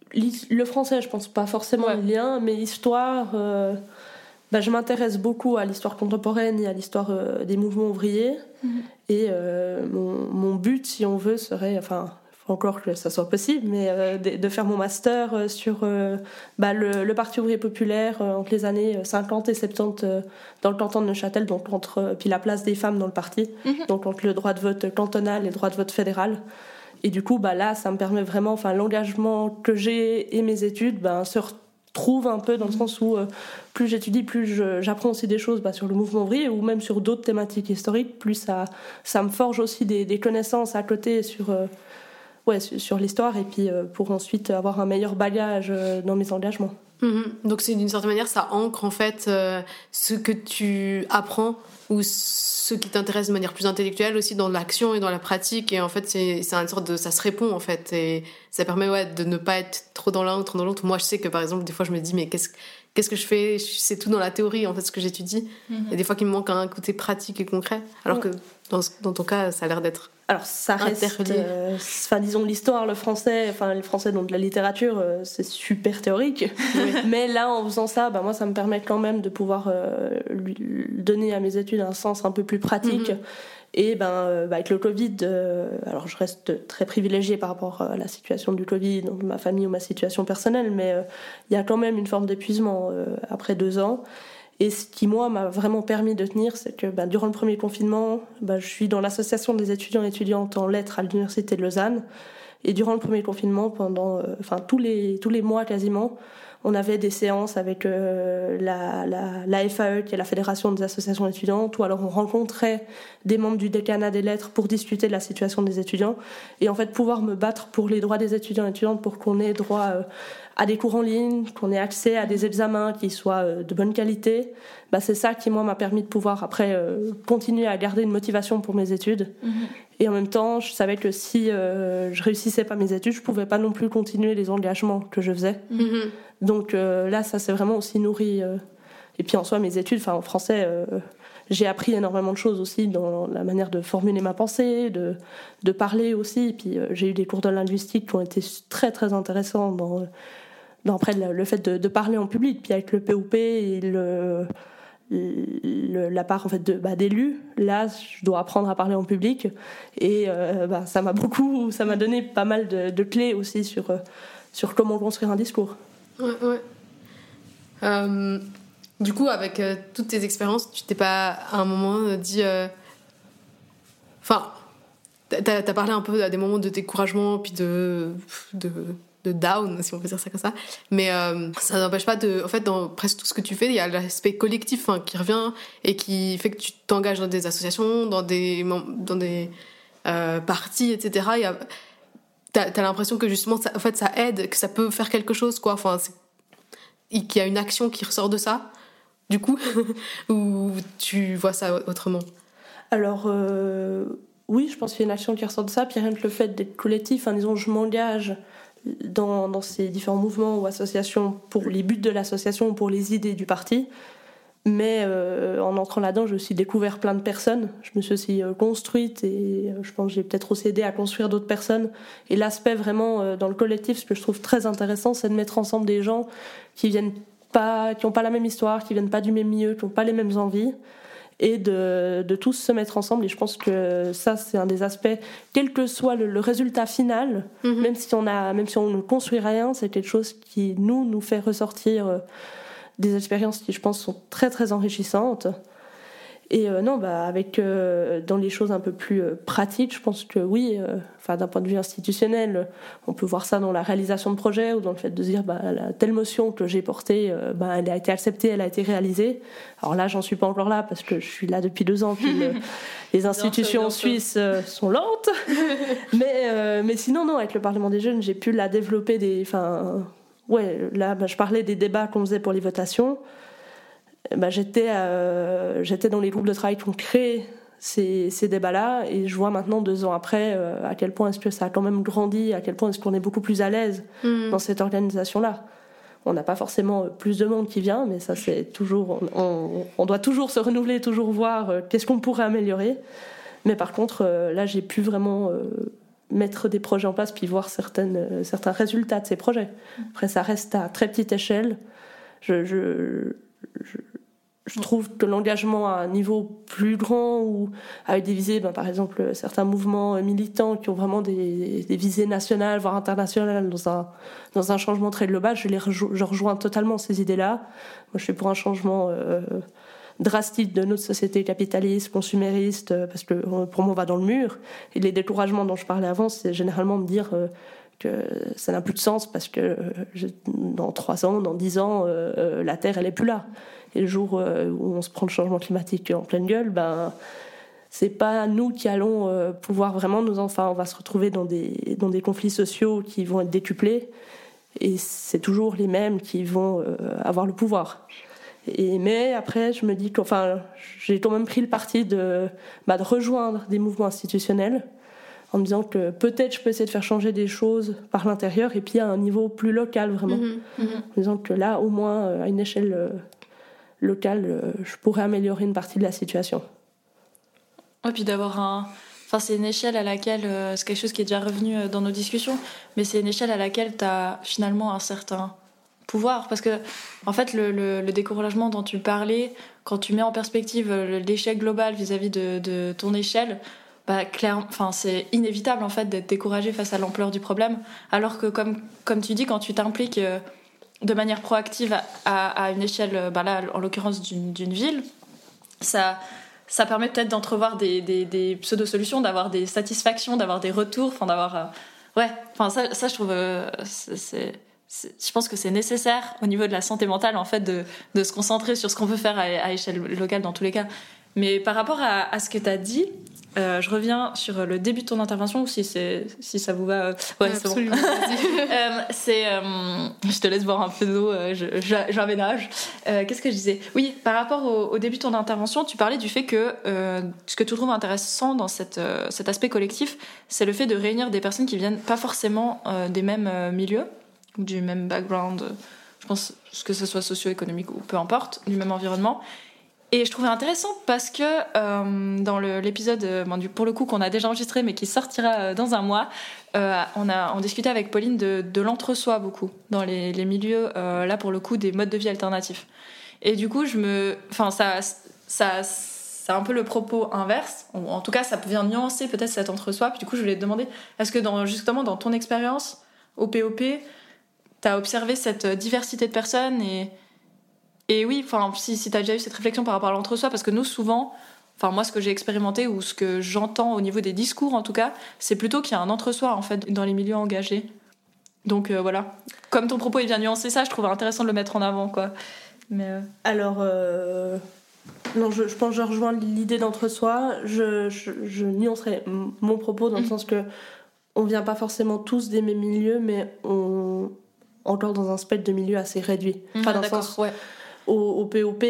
le français, je pense pas forcément ouais. le lien, mais l'histoire, euh, bah, je m'intéresse beaucoup à l'histoire contemporaine et à l'histoire euh, des mouvements ouvriers. Mm-hmm. Et euh, mon, mon but, si on veut, serait, enfin. encore que ça soit possible, mais euh, de, de faire mon master euh, sur euh, bah, le, le Parti ouvrier populaire euh, entre les années cinquante et soixante-dix euh, dans le canton de Neuchâtel, donc entre, euh, puis la place des femmes dans le parti, mm-hmm. donc entre le droit de vote cantonal et le droit de vote fédéral. Et du coup, bah, là, ça me permet vraiment, enfin, l'engagement que j'ai et mes études bah, se retrouvent un peu dans le mm-hmm. sens où euh, plus j'étudie, plus je, j'apprends aussi des choses bah, sur le mouvement ouvrier ou même sur d'autres thématiques historiques, plus ça, ça me forge aussi des, des connaissances à côté sur... Euh, Ouais, sur l'histoire et puis euh, pour ensuite avoir un meilleur bagage euh, dans mes engagements. Mmh. Donc c'est d'une certaine manière, ça ancre en fait euh, ce que tu apprends ou ce qui t'intéresse de manière plus intellectuelle aussi dans l'action et dans la pratique, et en fait c'est, c'est une sorte de, ça se répond en fait et ça permet ouais, de ne pas être trop dans l'un ou trop dans l'autre. Moi je sais que par exemple des fois je me dis mais qu'est-ce qu'est-ce que je fais, c'est tout dans la théorie en fait ce que j'étudie. Il mm-hmm. y a des fois qu'il me manque un côté pratique et concret, alors que dans, dans ton cas ça a l'air d'être alors ça reste euh, enfin disons l'histoire, le français, enfin le français donc de la littérature euh, c'est super théorique. Oui. Mais là en faisant ça bah, moi ça me permet quand même de pouvoir euh, lui donner à mes études un sens un peu plus pratique. Mm-hmm. Et ben, euh, bah avec le Covid, euh, alors je reste très privilégiée par rapport à la situation du Covid, donc ma famille ou ma situation personnelle, mais il euh, y a quand même une forme d'épuisement euh, après deux ans. Et ce qui, moi, m'a vraiment permis de tenir, c'est que bah, durant le premier confinement, bah, je suis dans l'association des étudiants et étudiantes en lettres à l'Université de Lausanne. Et durant le premier confinement, pendant euh, enfin, tous les, tous les mois quasiment, on avait des séances avec euh, la, la, la F A E, qui est la Fédération des associations étudiantes, ou alors on rencontrait des membres du décanat des lettres pour discuter de la situation des étudiants. Et en fait, pouvoir me battre pour les droits des étudiants et étudiantes, pour qu'on ait droit euh, à des cours en ligne, qu'on ait accès à des examens qui soient euh, de bonne qualité, bah, c'est ça qui, moi, m'a permis de pouvoir après euh, continuer à garder une motivation pour mes études. Mmh. Et en même temps, je savais que si euh, je réussissais pas mes études, je pouvais pas non plus continuer les engagements que je faisais. Mmh. Donc euh, là, ça s'est vraiment aussi nourri. Euh, et puis en soi, mes études, enfin en français, euh, j'ai appris énormément de choses aussi dans la manière de formuler ma pensée, de, de parler aussi. Et puis euh, j'ai eu des cours de linguistique qui ont été très très intéressants dans, dans après le, le fait de, de parler en public. Puis avec le P O P et le, le, la part en fait de, bah, d'élus, là, je dois apprendre à parler en public. Et euh, bah, ça m'a beaucoup, ça m'a donné pas mal de, de clés aussi sur, sur comment construire un discours. Ouais, ouais. Euh, du coup, avec euh, toutes tes expériences, tu t'es pas à un moment dit. Enfin, euh, t'as, t'as parlé un peu à des moments de découragement, puis de, de, de down, si on peut dire ça comme ça. Mais euh, ça n'empêche pas de. En fait, dans presque tout ce que tu fais, il y a l'aspect collectif hein, qui revient et qui fait que tu t'engages dans des associations, dans des, dans des euh, partis, et cetera. Il y a. T'as, t'as l'impression que justement ça, en fait, ça aide, que ça peut faire quelque chose quoi. Enfin, c'est, qu'il y a une action qui ressort de ça du coup ou tu vois ça autrement? Alors euh, oui, je pense qu'il y a une action qui ressort de ça, puis rien que le fait d'être collectif, hein, disons je m'engage dans, dans ces différents mouvements ou associations pour les buts de l'association ou pour les idées du parti. Mais euh, en entrant là-dedans, j'ai aussi découvert plein de personnes. Je me suis aussi euh, construite et euh, je pense que j'ai peut-être aussi aidé à construire d'autres personnes. Et l'aspect vraiment euh, dans le collectif, ce que je trouve très intéressant, c'est de mettre ensemble des gens qui viennent pas, qui n'ont pas la même histoire, qui viennent pas du même milieu, qui n'ont pas les mêmes envies, et de, de tous se mettre ensemble. Et je pense que ça, c'est un des aspects, quel que soit le, le résultat final, mm-hmm. même si on a, même si on ne construit rien, c'est quelque chose qui nous nous fait ressortir. Euh, des expériences qui, je pense, sont très, très enrichissantes. Et euh, non, bah, avec, euh, dans les choses un peu plus euh, pratiques, je pense que oui, euh, enfin, d'un point de vue institutionnel, on peut voir ça dans la réalisation de projets ou dans le fait de dire bah, la, telle motion que j'ai portée, euh, bah, elle a été acceptée, elle a été réalisée. Alors là, j'en suis pas encore là parce que je suis là depuis deux ans, puis le, les institutions suisses euh, sont lentes. mais, euh, mais sinon, non, avec le Parlement des jeunes, j'ai pu la développer des... Enfin, ouais, là, bah, je parlais des débats qu'on faisait pour les votations. Bah, j'étais, euh, j'étais dans les groupes de travail qui ont créé ces, ces débats-là, et je vois maintenant, deux ans après, euh, à quel point est-ce que ça a quand même grandi, à quel point est-ce qu'on est beaucoup plus à l'aise mmh. dans cette organisation-là. On n'a pas forcément plus de monde qui vient, mais ça, c'est toujours... On, on doit toujours se renouveler, toujours voir euh, qu'est-ce qu'on pourrait améliorer. Mais par contre, euh, là, j'ai pu vraiment... Euh, mettre des projets en place puis voir certaines, euh, certains résultats de ces projets. Après, ça reste à très petite échelle. Je, je, je, je trouve que l'engagement à un niveau plus grand ou avec des visées, ben, par exemple, certains mouvements militants qui ont vraiment des, des visées nationales, voire internationales, dans un, dans un changement très global, je, les rejo- je rejoins totalement ces idées-là. Moi, je suis pour un changement... Euh, drastique de notre société capitaliste, consumériste, parce que pour moi on va dans le mur. Et les découragements dont je parlais avant, c'est généralement de dire que ça n'a plus de sens parce que dans trois ans, dans dix ans, la Terre elle est plus là. Et le jour où on se prend le changement climatique en pleine gueule, ben c'est pas nous qui allons pouvoir vraiment nous enfin on va se retrouver dans des dans des conflits sociaux qui vont être décuplés et c'est toujours les mêmes qui vont avoir le pouvoir. Et, mais après, je me dis que, enfin, j'ai quand même pris le parti de, bah, de rejoindre des mouvements institutionnels en me disant que peut-être je peux essayer de faire changer des choses par l'intérieur et puis à un niveau plus local vraiment. Mhm. Mhm. En disant que là, au moins, euh, à une échelle euh, locale, euh, je pourrais améliorer une partie de la situation. Et puis d'avoir un... Enfin, c'est une échelle à laquelle... euh, c'est quelque chose qui est déjà revenu euh, dans nos discussions, mais c'est une échelle à laquelle tu as finalement un certain pouvoir. Parce que, en fait, le, le, le découragement dont tu parlais, quand tu mets en perspective euh, l'échec global vis-à-vis de, de ton échelle, bah, clairement, enfin, c'est inévitable en fait, d'être découragé face à l'ampleur du problème. Alors que, comme, comme tu dis, quand tu t'impliques euh, de manière proactive à, à, à une échelle, euh, bah là, en l'occurrence d'une, d'une ville, ça... ça permet peut-être d'entrevoir des, des, des pseudo-solutions, d'avoir des satisfactions, d'avoir des retours, enfin d'avoir... Euh, ouais, enfin ça, ça je trouve... Euh, c'est, c'est, c'est, je pense que c'est nécessaire au niveau de la santé mentale, en fait, de, de se concentrer sur ce qu'on peut faire à, à échelle locale dans tous les cas. Mais par rapport à, à ce que tu as dit, euh, je reviens sur le début de ton intervention, ou si, c'est, si ça vous va... Euh, ouais, Absolument, c'est bon. euh, c'est, euh, je te laisse boire un peu d'eau, euh, je, je, j'aménage. Euh, qu'est-ce que je disais ? Oui, par rapport au, au début de ton intervention, tu parlais du fait que euh, ce que tu trouves intéressant dans cette, euh, cet aspect collectif, c'est le fait de réunir des personnes qui viennent pas forcément euh, des mêmes euh, milieux, ou du même background, euh, je pense que ce soit socio-économique ou peu importe, du même environnement. Et je trouvais intéressant parce que euh, dans le, l'épisode, euh, pour le coup, qu'on a déjà enregistré mais qui sortira euh, dans un mois, euh, on a on discutait avec Pauline de, de l'entre-soi beaucoup, dans les, les milieux, euh, là pour le coup, des modes de vie alternatifs. Et du coup, je me, enfin, ça, ça, c'est un peu le propos inverse. En tout cas, ça vient nuancer peut-être cet entre-soi. Puis du coup, je voulais te demander, est-ce que dans, justement dans ton expérience au P O P, tu as observé cette diversité de personnes et Et oui, enfin, si, si tu as déjà eu cette réflexion par rapport à l'entre-soi, parce que nous, souvent, enfin, moi, ce que j'ai expérimenté ou ce que j'entends au niveau des discours, en tout cas, c'est plutôt qu'il y a un entre-soi, en fait, dans les milieux engagés. Donc, euh, voilà. Comme ton propos est bien nuancé, ça, je trouve intéressant de le mettre en avant, quoi. Mais, euh... Alors, euh... non, je, je pense que je rejoins l'idée d'entre-soi. Je, je, je nuancerai mon propos dans le mmh. sens que on vient pas forcément tous des mêmes milieux, mais on encore dans un spectre de milieux assez réduit. Mmh, pas dans d'accord, le sens... ouais. Au, au P O P,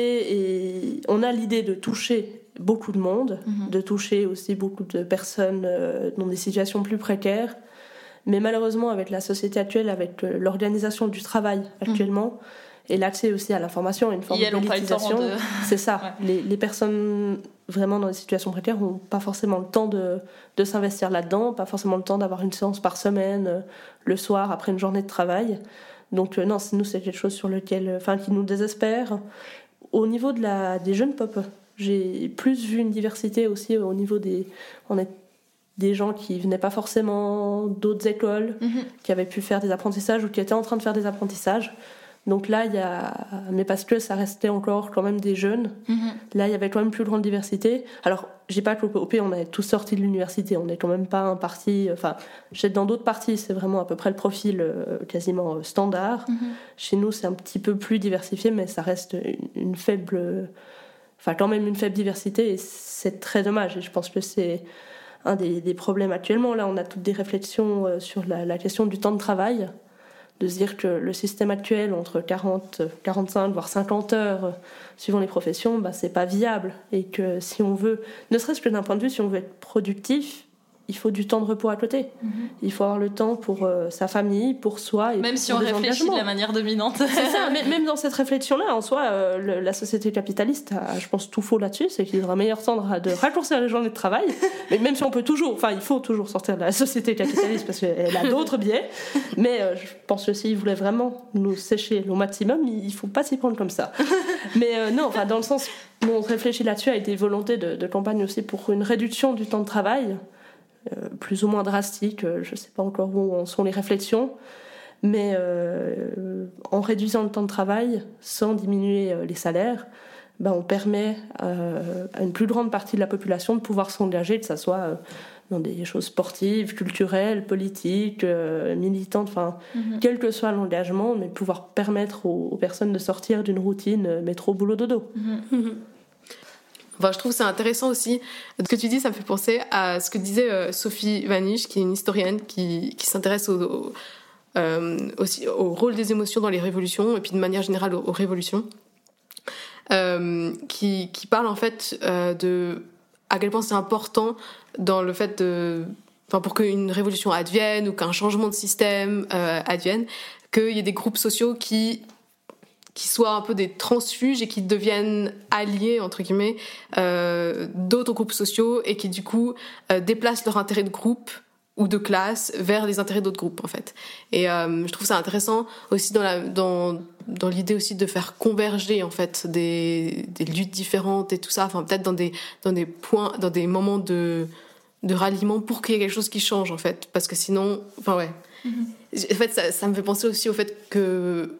et on a l'idée de toucher beaucoup de monde, mmh. de toucher aussi beaucoup de personnes euh, dans des situations plus précaires. Mais malheureusement, avec la société actuelle, avec l'organisation du travail actuellement, mmh. et l'accès aussi à l'information et une forme de politisation, de... c'est ça. Ouais. Les, les personnes vraiment dans des situations précaires n'ont pas forcément le temps de, de s'investir là-dedans, pas forcément le temps d'avoir une séance par semaine, euh, le soir, après une journée de travail. Donc euh, non, nous c'est quelque chose sur lequel, enfin, qui nous désespère. Au niveau de la, des jeunes pop, j'ai plus vu une diversité aussi au niveau des, on est des gens qui venaient pas forcément d'autres écoles, mm-hmm. qui avaient pu faire des apprentissages ou qui étaient en train de faire des apprentissages. Donc là, il y a, mais parce que ça restait encore quand même des jeunes, mm-hmm. là il y avait quand même plus grande diversité. Alors j'ai pas que au P, on est tous sortis de l'université, on n'est quand même pas un parti, enfin, dans d'autres partis c'est vraiment à peu près le profil euh, quasiment standard. Mm-hmm. Chez nous c'est un petit peu plus diversifié, mais ça reste une, une faible, enfin quand même une faible diversité, et c'est très dommage. Et je pense que c'est un des, des problèmes actuellement. Là on a toutes des réflexions euh, sur la, la question du temps de travail, de se dire que le système actuel, entre quarante, quarante-cinq, voire cinquante heures, suivant les professions, bah, c'est pas viable. Et que si on veut, ne serait-ce que d'un point de vue, si on veut être productif, il faut du temps de repos à côté. Mm-hmm. Il faut avoir le temps pour euh, sa famille, pour soi. Et même pour si on réfléchit de la manière dominante. C'est ça, mais même dans cette réflexion-là, en soi, euh, le, la société capitaliste a, je pense, tout faux là-dessus. C'est qu'il y aura meilleur temps de, de raccourcir les journées de travail. Mais même si on peut toujours, enfin, il faut toujours sortir de la société capitaliste parce qu'elle a d'autres biais. Mais euh, je pense que s'ils voulaient vraiment nous sécher au maximum, il ne faut pas s'y prendre comme ça. Mais euh, non, enfin, dans le sens où on réfléchit là-dessus avec des volontés de, de campagne aussi pour une réduction du temps de travail. Euh, plus ou moins drastique, euh, je ne sais pas encore où en sont les réflexions, mais euh, en réduisant le temps de travail sans diminuer euh, les salaires, ben, on permet euh, à une plus grande partie de la population de pouvoir s'engager, que ce soit euh, dans des choses sportives, culturelles, politiques, euh, militantes, enfin, mm-hmm. quel que soit l'engagement, mais pouvoir permettre aux, aux personnes de sortir d'une routine euh, métro, boulot, dodo. Mm-hmm. Mm-hmm. Enfin, je trouve ça intéressant aussi. Ce que tu dis, ça me fait penser à ce que disait euh, Sophie Vanish, qui est une historienne qui, qui s'intéresse au, au, euh, aussi au rôle des émotions dans les révolutions, et puis de manière générale aux, aux révolutions, euh, qui, qui parle en fait euh, de à quel point c'est important dans le fait de enfin pour qu'une révolution advienne ou qu'un changement de système euh, advienne, qu'il y ait des groupes sociaux qui qui soient un peu des transfuges et qui deviennent alliés, entre guillemets, euh, d'autres groupes sociaux et qui, du coup, euh, déplacent leur intérêt de groupe ou de classe vers les intérêts d'autres groupes, en fait. Et euh, je trouve ça intéressant aussi dans, la, dans, dans l'idée aussi de faire converger, en fait, des, des luttes différentes et tout ça, enfin, peut-être dans des, dans des points, dans des moments de, de ralliement pour qu'il y ait quelque chose qui change, en fait. Parce que sinon, enfin, ouais. Mm-hmm. En fait, ça, ça me fait penser aussi au fait que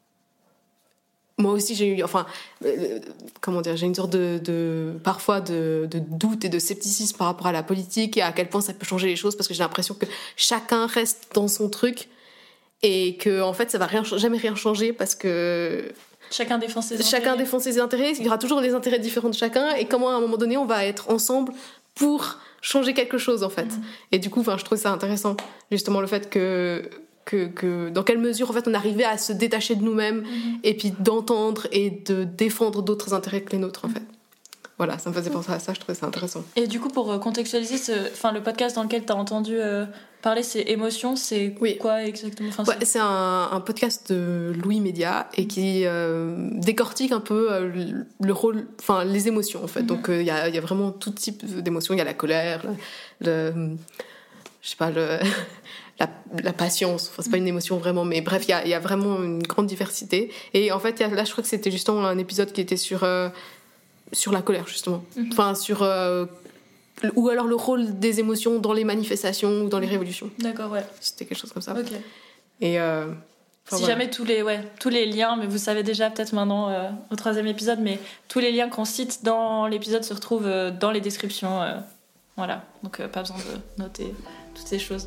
moi aussi j'ai eu, enfin, euh, comment dire, j'ai une sorte de, de parfois de, de doute et de scepticisme par rapport à la politique et à quel point ça peut changer les choses, parce que j'ai l'impression que chacun reste dans son truc et que en fait ça va rien, jamais rien changer parce que chacun défend ses chacun intérêts. défend ses intérêts, il y aura toujours des intérêts différents de chacun et comment à un moment donné on va être ensemble pour changer quelque chose en fait. Mmh. Et du coup, enfin, je trouve ça intéressant justement le fait que Que, que dans quelle mesure en fait on arrivait à se détacher de nous-mêmes mmh. et puis d'entendre et de défendre d'autres intérêts que les nôtres en fait. Voilà, ça me faisait penser à ça, je trouvais ça intéressant. Et du coup, pour contextualiser, ce, enfin, le podcast dans lequel tu as entendu euh, parler, c'est Émotions, c'est oui. quoi exactement enfin, ouais, c'est, c'est un, un podcast de Louis Média et qui euh, décortique un peu euh, le, le rôle, enfin les émotions en fait. Mmh. Donc il euh, y, a, y a vraiment tout type d'émotions, il y a la colère, le, le je sais pas, le... La, la patience, enfin, c'est pas une émotion vraiment, mais bref, il y a, y a vraiment une grande diversité. Et en fait, y a, là, je crois que c'était justement un épisode qui était sur, euh, sur la colère, justement. Mm-hmm. Enfin, sur. Euh, ou alors le rôle des émotions dans les manifestations ou dans les révolutions. D'accord, ouais. C'était quelque chose comme ça. Ok. Et. Euh, si voilà. jamais tous les, ouais, tous les liens, mais vous savez déjà peut-être maintenant euh, au troisième épisode, mais tous les liens qu'on cite dans l'épisode se retrouvent euh, dans les descriptions. Euh, voilà, donc euh, pas besoin de noter toutes ces choses.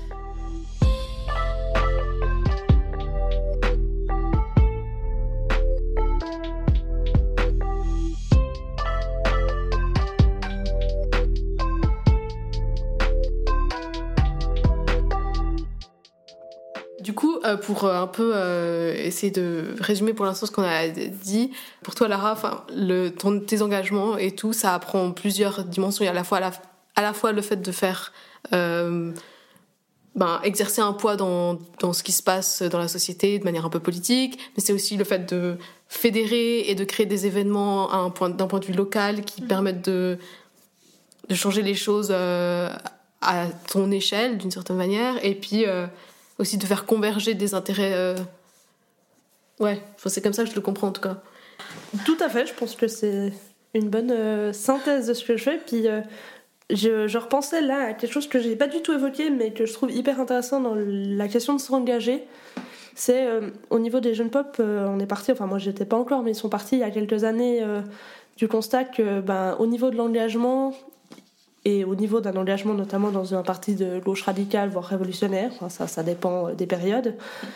Du coup, euh, pour euh, un peu euh, essayer de résumer pour l'instant ce qu'on a dit, pour toi, Lara, le, ton, tes engagements et tout, ça prend plusieurs dimensions. Il y a à la fois, à la, à la fois le fait de faire, euh, ben, exercer un poids dans, dans ce qui se passe dans la société de manière un peu politique, mais c'est aussi le fait de fédérer et de créer des événements à un point, d'un point de vue local qui mmh. permettent de, de changer les choses euh, à ton échelle, d'une certaine manière, et puis... Euh, aussi de faire converger des intérêts. Euh... Ouais, enfin, c'est comme ça que je le comprends en tout cas. Tout à fait, je pense que c'est une bonne euh, synthèse de ce que je fais. Puis euh, je, je repensais là à quelque chose que j'ai pas du tout évoqué, mais que je trouve hyper intéressant dans la question de s'engager. C'est euh, au niveau des jeunes pop, euh, on est parti, enfin moi j'étais pas encore, mais ils sont partis il y a quelques années euh, du constat que ben, au niveau de l'engagement, et au niveau d'un engagement notamment dans un parti de gauche radicale, voire révolutionnaire, enfin, ça, ça dépend des périodes.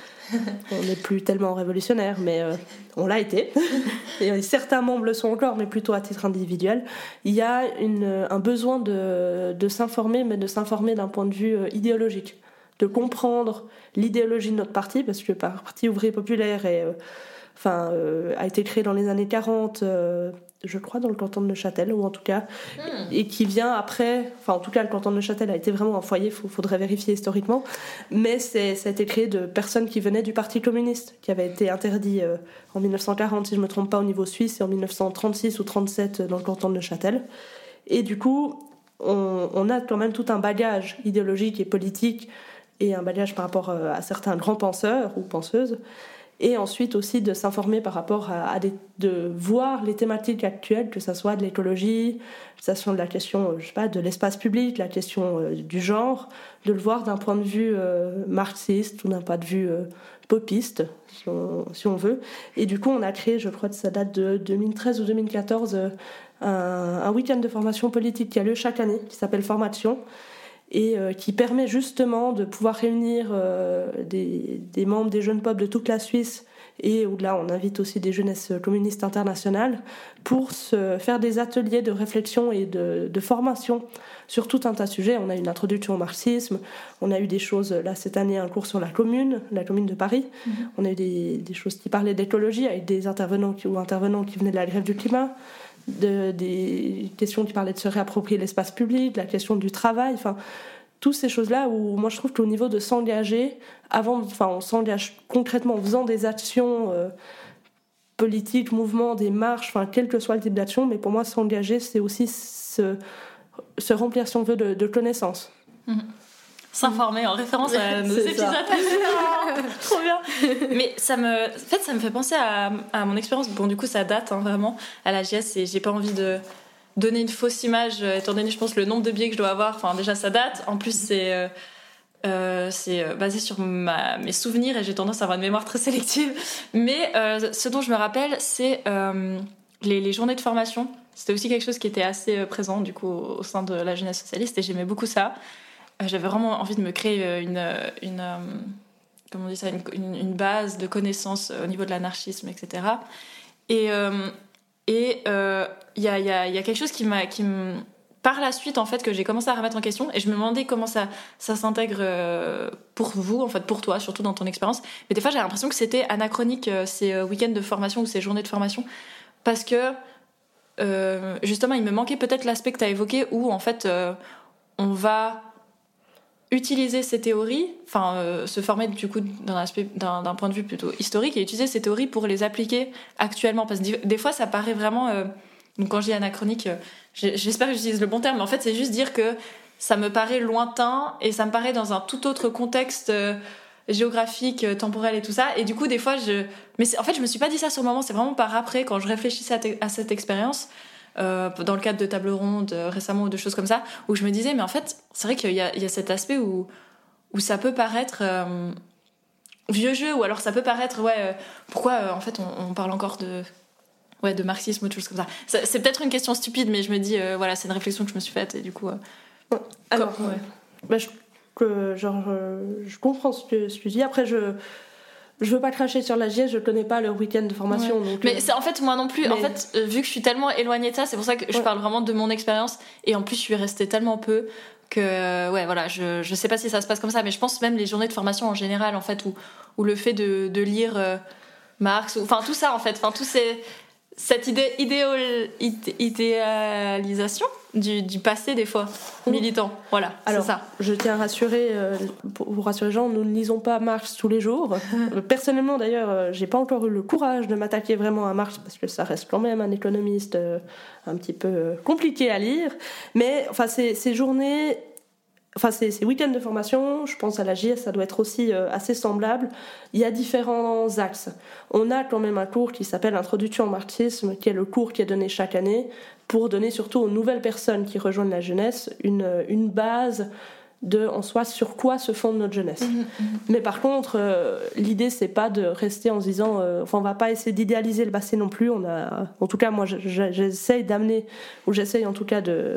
On n'est plus tellement révolutionnaire, mais euh, on l'a été. Et certains membres le sont encore, mais plutôt à titre individuel. Il y a une, un besoin de, de s'informer, mais de s'informer d'un point de vue euh, idéologique. De comprendre l'idéologie de notre parti, parce que le Parti ouvrier populaire est, euh, enfin, euh, a été créé dans les années quarante... Euh, je crois dans le canton de Neuchâtel, ou en tout cas, mmh. et qui vient après, enfin en tout cas le canton de Neuchâtel a été vraiment un foyer, il faudrait vérifier historiquement, mais c'est, ça a été créé de personnes qui venaient du Parti communiste, qui avait été interdit euh, en dix-neuf cent quarante, si je ne me trompe pas, au niveau suisse, et en dix-neuf cent trente-six ou trente-sept dans le canton de Neuchâtel. Et du coup, on, on a quand même tout un bagage idéologique et politique, et un bagage par rapport à certains grands penseurs ou penseuses, et ensuite aussi de s'informer par rapport à, à des, de voir les thématiques actuelles, que ça soit de l'écologie, que ça soit de la question, je sais pas, de l'espace public, la question euh, du genre, de le voir d'un point de vue euh, marxiste ou d'un point de vue euh, popiste, si on, si on veut. Et du coup, on a créé, je crois que ça date de deux mille treize ou deux mille quatorze, euh, un, un week-end de formation politique qui a lieu chaque année, qui s'appelle Formation, et euh, qui permet justement de pouvoir réunir euh, des, des membres des jeunes pop de toute la Suisse, et où là on invite aussi des jeunesses communistes internationales pour se faire des ateliers de réflexion et de, de formation sur tout un tas de sujets. On a une introduction au marxisme, on a eu des choses, là cette année un cours sur la commune, la commune de Paris, mmh. on a eu des, des choses qui parlaient d'écologie avec des intervenants qui, ou intervenants qui venaient de la grève du climat, de, des questions qui parlaient de se réapproprier l'espace public, la question du travail, enfin toutes ces choses-là où moi je trouve qu'au niveau de s'engager, avant, enfin on s'engage concrètement en faisant des actions euh, politiques, mouvements, des marches, enfin quel que soit le type d'action, mais pour moi s'engager c'est aussi se, se remplir si on veut de, de connaissances. Mmh. S'informer en référence à nos C'est épisodes. Trop bien. Mais ça me, en fait, ça me fait penser à, à mon expérience. Bon, du coup, ça date hein, vraiment à la J S et j'ai pas envie de donner une fausse image étant donné, je pense, le nombre de billets que je dois avoir. Enfin, déjà, ça date. En plus, c'est euh, euh, c'est basé sur ma, mes souvenirs et j'ai tendance à avoir une mémoire très sélective. Mais euh, ce dont je me rappelle, c'est euh, les, les journées de formation. C'était aussi quelque chose qui était assez présent du coup au sein de la jeunesse socialiste et j'aimais beaucoup ça. J'avais vraiment envie de me créer une, une, une, comment on dit ça, une, une, une base de connaissances au niveau de l'anarchisme, et cetera. Et il euh, et, euh, y, a, y, a, y a quelque chose qui m'a, qui me, par la suite, en fait, que j'ai commencé à remettre en question et je me demandais comment ça, ça s'intègre pour vous, en fait, pour toi, surtout dans ton expérience. Mais des fois, j'ai l'impression que c'était anachronique ces week-ends de formation ou ces journées de formation parce que, euh, justement, il me manquait peut-être l'aspect que tu as évoqué où, en fait, euh, on va utiliser ces théories, enfin euh, se former du coup d'un aspect, d'un, d'un point de vue plutôt historique et utiliser ces théories pour les appliquer actuellement. Parce que des fois, ça paraît vraiment. Euh, donc quand je dis anachronique, euh, j'espère que j'utilise le bon terme, mais en fait, c'est juste dire que ça me paraît lointain et ça me paraît dans un tout autre contexte euh, géographique, euh, temporel et tout ça. Et du coup, des fois, je. Mais c'est, en fait, je me suis pas dit ça sur le moment. C'est vraiment par après, quand je réfléchissais à, te, à cette expérience. Euh, dans le cadre de tables rondes euh, récemment ou de choses comme ça où je me disais mais en fait c'est vrai qu'il y a, il y a cet aspect où, où ça peut paraître euh, vieux jeu ou alors ça peut paraître ouais euh, pourquoi euh, en fait on, on parle encore de ouais de marxisme ou de choses comme ça, ça c'est peut-être une question stupide mais je me dis euh, voilà c'est une réflexion que je me suis faite et du coup euh, ouais. alors comme, ouais. bah, je, que, genre euh, je comprends ce que, ce que tu dis après je Je veux pas cracher sur la J S, je connais pas leur week-end de formation. Ouais. Donc, mais euh... c'est, en fait, moi non plus. Mais... En fait, euh, vu que je suis tellement éloignée de ça, c'est pour ça que je ouais. parle vraiment de mon expérience. Et en plus, je suis restée tellement peu que, ouais, voilà, je, je sais pas si ça se passe comme ça, mais je pense même les journées de formation en général, en fait, où, où le fait de, de lire euh, Marx, ou, enfin, tout ça, en fait, enfin, tout ces, cette idée, idéal, idé, idéalisation du, du passé, des fois, militant. Voilà, alors, c'est ça. Je tiens à rassurer, euh, pour vous rassurer les gens, nous ne lisons pas Marx tous les jours. Personnellement, d'ailleurs, euh, j'ai pas encore eu le courage de m'attaquer vraiment à Marx, parce que ça reste quand même un économiste euh, un petit peu euh, compliqué à lire. Mais, enfin, ces, ces journées... Enfin, ces, ces week-ends de formation, je pense à la J S, ça doit être aussi euh, assez semblable. Il y a différents axes. On a quand même un cours qui s'appelle Introduction au marxisme, qui est le cours qui est donné chaque année pour donner surtout aux nouvelles personnes qui rejoignent la jeunesse une, une base de, en soi, sur quoi se fonde notre jeunesse. Mmh, mmh. Mais par contre, euh, l'idée, c'est pas de rester en se disant, euh, enfin, on va pas essayer d'idéaliser le passé non plus. On a, en tout cas, moi, j'essaye d'amener, ou j'essaye en tout cas de...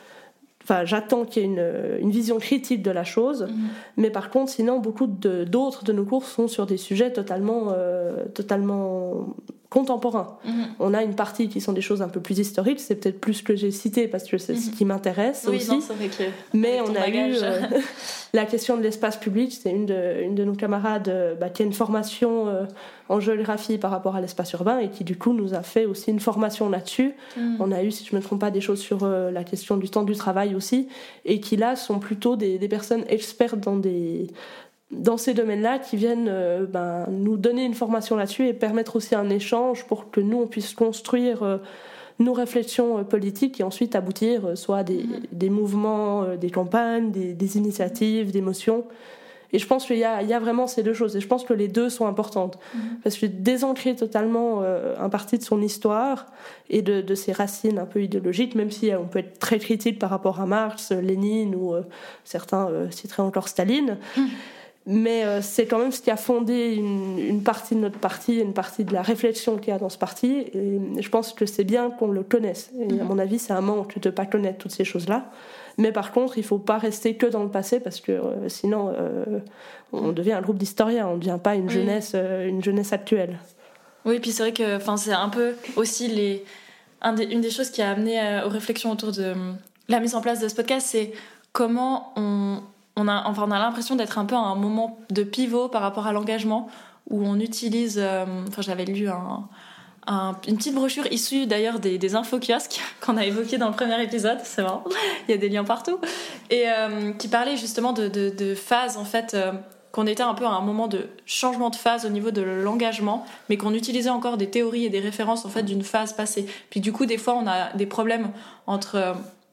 Enfin, j'attends qu'il y ait une, une vision critique de la chose, mmh. mais par contre, sinon, beaucoup de, d'autres de nos cours sont sur des sujets totalement, euh, totalement contemporains. Mmh. On a une partie qui sont des choses un peu plus historiques, c'est peut-être plus ce que j'ai cité parce que c'est mmh. ce qui m'intéresse oui, aussi. Non, c'est vrai que mais on a bagage. eu euh, la question de l'espace public, c'est une de, une de nos camarades euh, bah, qui a une formation euh, en géographie par rapport à l'espace urbain et qui du coup nous a fait aussi une formation là-dessus. Mmh. On a eu, si je ne me trompe pas, des choses sur euh, la question du temps du travail aussi, et qui là sont plutôt des, des personnes expertes dans, des, dans ces domaines-là qui viennent euh, ben, nous donner une formation là-dessus et permettre aussi un échange pour que nous on puisse construire euh, nos réflexions euh, politiques et ensuite aboutir euh, soit à des, mmh. des mouvements, euh, des campagnes, des, des initiatives, des motions. Et je pense qu'il y a, il y a vraiment ces deux choses. Et je pense que les deux sont importantes. Mmh. Parce que désancrer totalement euh, un parti de son histoire et de, de ses racines un peu idéologiques, même si on peut être très critique par rapport à Marx, Lénine ou euh, certains euh, citeraient encore Staline, mmh. mais euh, c'est quand même ce qui a fondé une, une partie de notre parti, une partie de la réflexion qu'il y a dans ce parti. Et je pense que c'est bien qu'on le connaisse. Et mmh. à mon avis, c'est un manque de ne pas connaître toutes ces choses-là. Mais par contre, il ne faut pas rester que dans le passé parce que euh, sinon, euh, on devient un groupe d'historiens, on ne devient pas une, oui. jeunesse, euh, une jeunesse actuelle. Oui, puis c'est vrai que c'est un peu aussi les, un des, une des choses qui a amené euh, aux réflexions autour de euh, la mise en place de ce podcast, c'est comment on, on, a, enfin, on a l'impression d'être un peu à un moment de pivot par rapport à l'engagement où on utilise... Euh, enfin, j'avais lu un... un, une petite brochure issue d'ailleurs des, des info-kiosques qu'on a évoqués dans le premier épisode, c'est marrant, il y a des liens partout, et euh, qui parlait justement de, de, de phases, en fait, euh, qu'on était un peu à un moment de changement de phase au niveau de l'engagement, mais qu'on utilisait encore des théories et des références en fait, d'une phase passée. Puis du coup, des fois, on a des problèmes entre euh,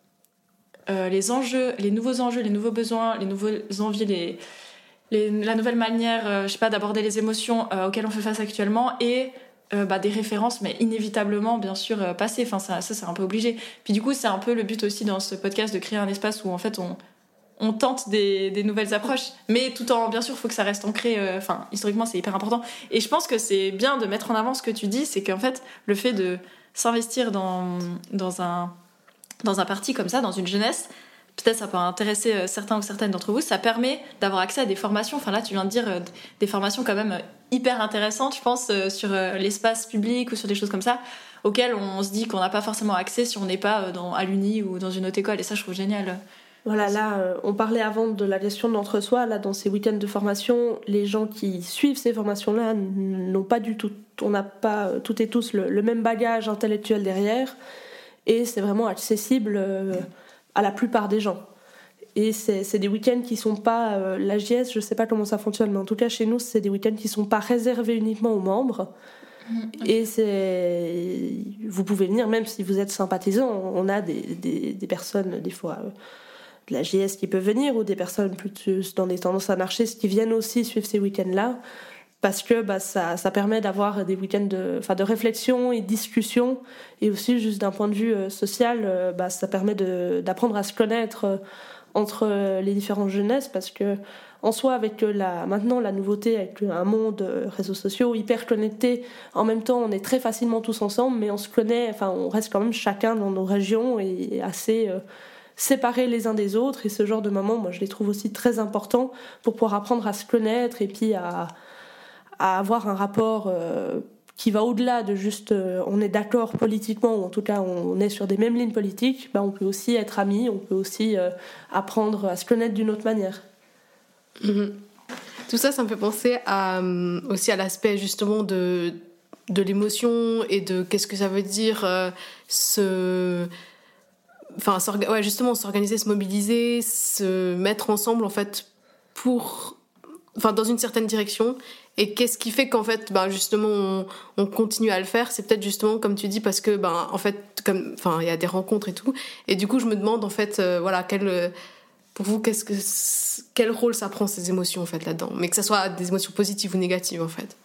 euh, les enjeux, les nouveaux enjeux, les nouveaux besoins, les nouveaux envies, les, les, la nouvelle manière euh, je sais pas, d'aborder les émotions euh, auxquelles on fait face actuellement, et euh, bah, des références, mais inévitablement, bien sûr, euh, passées. Enfin, ça, ça, c'est un peu obligé. Puis du coup, c'est un peu le but aussi dans ce podcast de créer un espace où en fait, on on tente des, des nouvelles approches, mais tout en, bien sûr, il faut que ça reste ancré, enfin, euh, historiquement, c'est hyper important. Et je pense que c'est bien de mettre en avant ce que tu dis, c'est qu'en fait, le fait de s'investir dans, dans, un, dans un parti comme ça, dans une jeunesse, peut-être ça peut intéresser certains ou certaines d'entre vous, ça permet d'avoir accès à des formations, enfin là, tu viens de dire, euh, des formations quand même hyper intéressantes, je pense, euh, sur euh, l'espace public ou sur des choses comme ça, auxquelles on se dit qu'on n'a pas forcément accès si on n'est pas dans, à l'Uni ou dans une autre école, et ça, je trouve génial. Voilà, là, euh, on parlait avant de la gestion de l'entre-soi. Là, dans ces week-ends de formation, les gens qui suivent ces formations-là n'ont pas du tout, on n'a pas euh, toutes et tous le, le même bagage intellectuel derrière, et c'est vraiment accessible euh, à la plupart des gens. Et c'est, c'est des week-ends qui sont pas euh, l'A J S, je sais pas comment ça fonctionne, mais en tout cas chez nous, c'est des week-ends qui sont pas réservés uniquement aux membres. Mmh. Et c'est, vous pouvez venir même si vous êtes sympathisant. On a des, des, des personnes des fois. Euh, de la J S qui peuvent venir, ou des personnes plus dans des tendances anarchistes qui viennent aussi suivre ces week-ends-là, parce que bah, ça, ça permet d'avoir des week-ends de, de réflexion et de discussion, et aussi juste d'un point de vue euh, social, euh, bah, ça permet de, d'apprendre à se connaître euh, entre euh, les différentes jeunesses, parce que en soi, avec la, maintenant la nouveauté, avec un monde euh, réseaux sociaux hyper connecté, en même temps on est très facilement tous ensemble, mais on se connaît, enfin on reste quand même chacun dans nos régions et assez... Euh, séparés les uns des autres, et ce genre de moments, moi je les trouve aussi très importants pour pouvoir apprendre à se connaître et puis à, à avoir un rapport euh, qui va au-delà de juste euh, on est d'accord politiquement, ou en tout cas on est sur des mêmes lignes politiques. Ben, on peut aussi être amis, on peut aussi euh, apprendre à se connaître d'une autre manière. Mmh. Tout ça, ça me fait penser à, aussi à l'aspect justement de, de l'émotion et de qu'est-ce que ça veut dire euh, se... Enfin, ouais, justement, s'organiser, se mobiliser, se mettre ensemble, en fait, pour... Enfin, dans une certaine direction. Et qu'est-ce qui fait qu'en fait, ben, justement, on, on continue à le faire? C'est peut-être justement, comme tu dis, parce que, ben, en fait, comme... Enfin, il y a des rencontres et tout. Et du coup, je me demande, en fait, euh, voilà, quel... Pour vous, qu'est-ce que... quel rôle ça prend, ces émotions, en fait, là-dedans? Mais que ça soit des émotions positives ou négatives, en fait.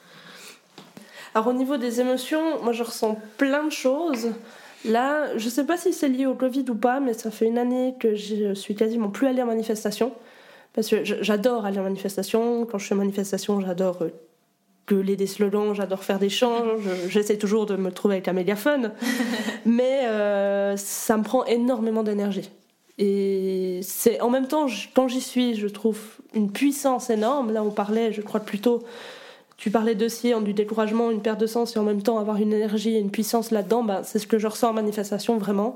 Alors, au niveau des émotions, moi, je ressens plein de choses... Là, je sais pas si c'est lié au Covid ou pas, mais ça fait une année que je suis quasiment plus allée en manifestation. Parce que j'adore aller en manifestation. Quand je suis en manifestation, j'adore gueuler des slogans, j'adore faire des chants. J'essaie toujours de me trouver avec un mégaphone. Mais euh, ça me prend énormément d'énergie. Et c'est, en même temps, quand j'y suis, je trouve une puissance énorme. Là, on parlait, je crois, plutôt... Tu parlais dossier, du découragement, une perte de sens, et en même temps avoir une énergie et une puissance là-dedans, bah, c'est ce que je ressens en manifestation, vraiment.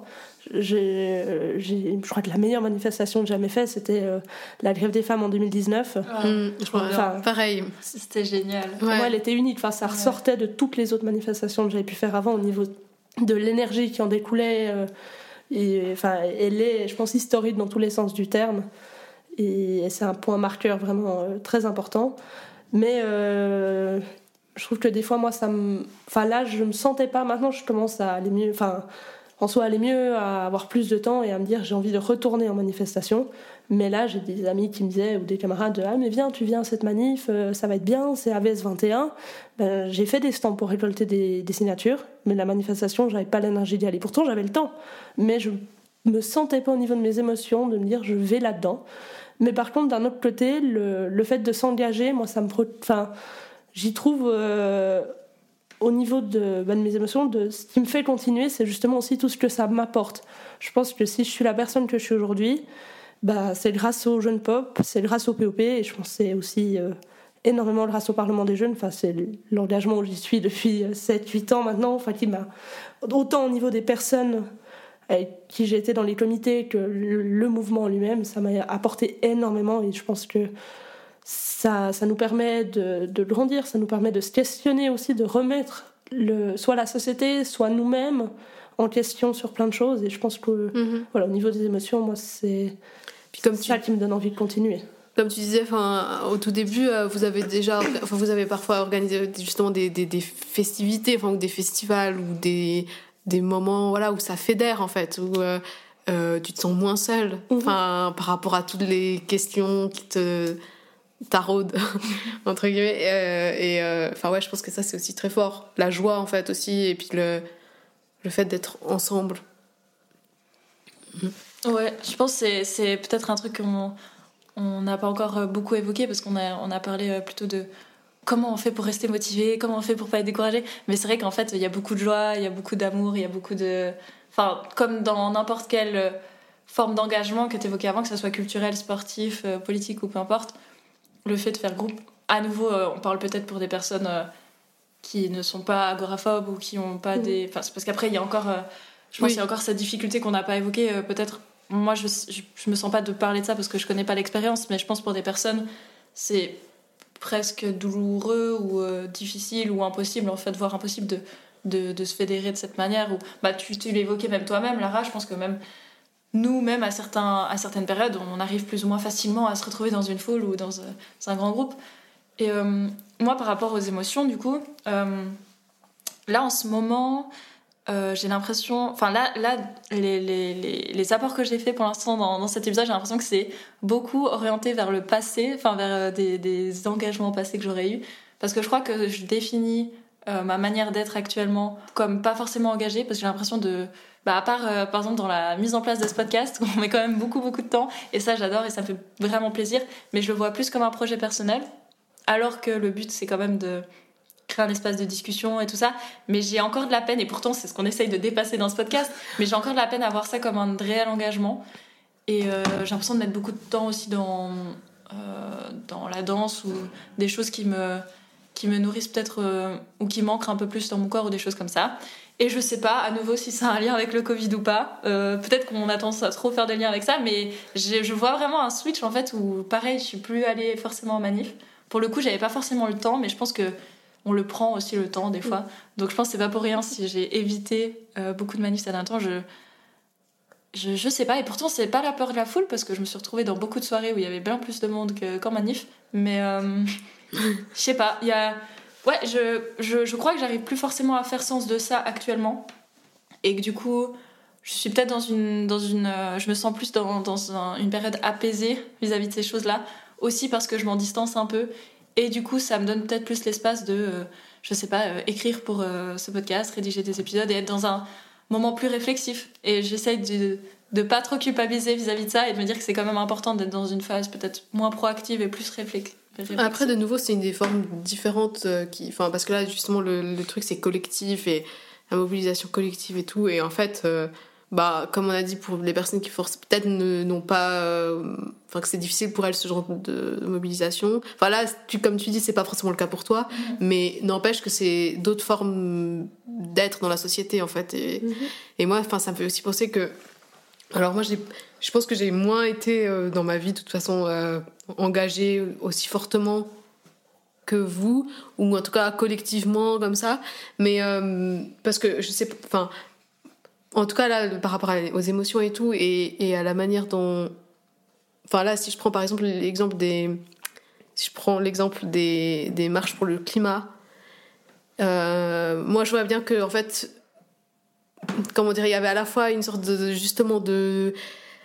J'ai, j'ai, je crois que la meilleure manifestation que j'ai jamais faite, c'était euh, la grève des femmes en deux mille dix-neuf. Ah, mmh, je crois, enfin, pareil. C'était génial. Pour ouais. moi, elle était unique. Enfin, ça ressortait ouais. de toutes les autres manifestations que j'avais pu faire avant, au niveau de l'énergie qui en découlait. Euh, et, enfin, elle est, je pense, historique dans tous les sens du terme. Et, et c'est un point marqueur vraiment euh, très important. Mais euh, je trouve que des fois, moi, ça me... Enfin, là, je me sentais pas... Maintenant, je commence à aller mieux... Enfin, en soi, aller mieux, à avoir plus de temps et à me dire j'ai envie de retourner en manifestation. Mais là, j'ai des amis qui me disaient, ou des camarades, ah, mais viens, tu viens à cette manif, ça va être bien, c'est A V S vingt et un. Ben, j'ai fait des stands pour récolter des, des signatures, mais la manifestation, j'avais pas l'énergie d'y aller. Pourtant, j'avais le temps. Mais je me sentais pas au niveau de mes émotions de me dire je vais là-dedans. Mais par contre, d'un autre côté, le, le fait de s'engager, moi, ça me... Enfin, j'y trouve, euh, au niveau de, ben, de mes émotions, de, ce qui me fait continuer, c'est justement aussi tout ce que ça m'apporte. Je pense que si je suis la personne que je suis aujourd'hui, bah, c'est grâce aux jeunes pop, c'est grâce au P O P, et je pense que c'est aussi euh, énormément grâce au Parlement des jeunes. Enfin, c'est l'engagement où j'y suis depuis sept huit ans maintenant, enfin, qui m'a... Autant au niveau des personnes... avec qui j'ai été dans les comités que le, le mouvement lui-même, ça m'a apporté énormément, et je pense que ça, ça nous permet de, de grandir, ça nous permet de se questionner aussi, de remettre le, soit la société, soit nous-mêmes en question sur plein de choses. Et je pense que, mm-hmm. voilà, au niveau des émotions, moi, c'est, Puis comme c'est tu... ça qui me donne envie de continuer. Comme tu disais, au tout début, vous avez déjà, enfin, vous avez parfois organisé justement des, des, des festivités, enfin, ou des festivals, ou des, des moments, voilà, où ça fédère, en fait, où euh, euh, tu te sens moins seule, enfin, mm-hmm. par rapport à toutes les questions qui te taraudent, entre guillemets. Euh, et enfin, euh, ouais, je pense que ça, c'est aussi très fort. La joie, en fait, aussi, et puis le, le fait d'être ensemble. Ouais, je pense que c'est, c'est peut-être un truc qu'on on n'a pas encore beaucoup évoqué parce qu'on a, on a parlé plutôt de comment on fait pour rester motivé, comment on fait pour pas être découragé. Mais c'est vrai qu'en fait, il y a beaucoup de joie, il y a beaucoup d'amour, il y a beaucoup de... Enfin, comme dans n'importe quelle forme d'engagement que tu évoquais avant, que ce soit culturel, sportif, politique ou peu importe, le fait de faire groupe, à nouveau, on parle peut-être pour des personnes qui ne sont pas agoraphobes ou qui n'ont pas mmh. des... Enfin, c'est parce qu'après, il y a encore... Je pense oui. qu'il y a encore cette difficulté qu'on n'a pas évoquée, peut-être... Moi, je, je, je me sens pas de parler de ça parce que je connais pas l'expérience, mais je pense pour des personnes, c'est presque douloureux ou euh, difficile ou impossible, en fait, voire impossible de, de, de se fédérer de cette manière. Ou, bah, tu, tu l'évoquais même toi-même, Lara, je pense que même nous, même à, certains, à certaines périodes, on arrive plus ou moins facilement à se retrouver dans une foule ou dans, euh, dans un grand groupe. Et euh, moi, par rapport aux émotions, du coup, euh, là, en ce moment... Euh, j'ai l'impression, enfin là, là les, les, les, les apports que j'ai faits pour l'instant dans, dans cet épisode, j'ai l'impression que c'est beaucoup orienté vers le passé, enfin vers des, des engagements passés que j'aurais eus, parce que je crois que je définis euh, ma manière d'être actuellement comme pas forcément engagée, parce que j'ai l'impression de, bah à part euh, par exemple dans la mise en place de ce podcast, où on met quand même beaucoup beaucoup de temps, et ça j'adore et ça me fait vraiment plaisir, mais je le vois plus comme un projet personnel, alors que le but c'est quand même de créer un espace de discussion et tout ça, mais j'ai encore de la peine, et pourtant c'est ce qu'on essaye de dépasser dans ce podcast, mais j'ai encore de la peine à voir ça comme un réel engagement, et euh, j'ai l'impression de mettre beaucoup de temps aussi dans, euh, dans la danse ou des choses qui me, qui me nourrissent peut-être euh, ou qui manquent un peu plus dans mon corps ou des choses comme ça, et je sais pas à nouveau si ça a un lien avec le Covid ou pas, euh, peut-être qu'on a tendance à trop faire des liens avec ça, mais je vois vraiment un switch en fait où pareil je suis plus allée forcément en manif, pour le coup j'avais pas forcément le temps, mais je pense que on le prend aussi le temps des fois. Mmh. Donc je pense que c'est pas pour rien si j'ai évité euh, beaucoup de manifs ces derniers temps. Je, je, je sais pas. Et pourtant, c'est pas la peur de la foule parce que je me suis retrouvée dans beaucoup de soirées où il y avait bien plus de monde que, qu'en manif. Mais euh, je sais pas. Il y a... Ouais, je, je, je crois que j'arrive plus forcément à faire sens de ça actuellement. Et que du coup, je suis peut-être dans une... Dans une euh, je me sens plus dans, dans un, une période apaisée vis-à-vis de ces choses-là. Aussi parce que je m'en distance un peu. Et du coup, ça me donne peut-être plus l'espace de, euh, je sais pas, euh, écrire pour euh, ce podcast, rédiger des épisodes et être dans un moment plus réflexif. Et j'essaye de de pas trop culpabiliser vis-à-vis de ça et de me dire que c'est quand même important d'être dans une phase peut-être moins proactive et plus réflexive. Après, de nouveau, c'est une des formes différentes euh, qui, enfin, parce que là, justement, le, le truc, c'est collectif et la mobilisation collective et tout. Et en fait... Euh, bah, comme on a dit, pour les personnes qui forcent, peut-être ne, n'ont pas, euh, enfin que c'est difficile pour elles ce genre de, de mobilisation. Enfin là, tu, comme tu dis, c'est pas forcément le cas pour toi, mmh. mais n'empêche que c'est d'autres formes d'être dans la société en fait. Et, mmh. et moi, enfin, ça me fait aussi penser que, alors moi, j'ai, je pense que j'ai moins été euh, dans ma vie de toute façon euh, engagée aussi fortement que vous, ou en tout cas collectivement comme ça, mais euh, parce que je sais, enfin. En tout cas, là, par rapport aux émotions et tout, et, et à la manière dont... Enfin, là, si je prends par exemple l'exemple des... Si je prends l'exemple des, des marches pour le climat, euh, moi, je vois bien que, en fait, comment dire, il y avait à la fois une sorte de, justement, de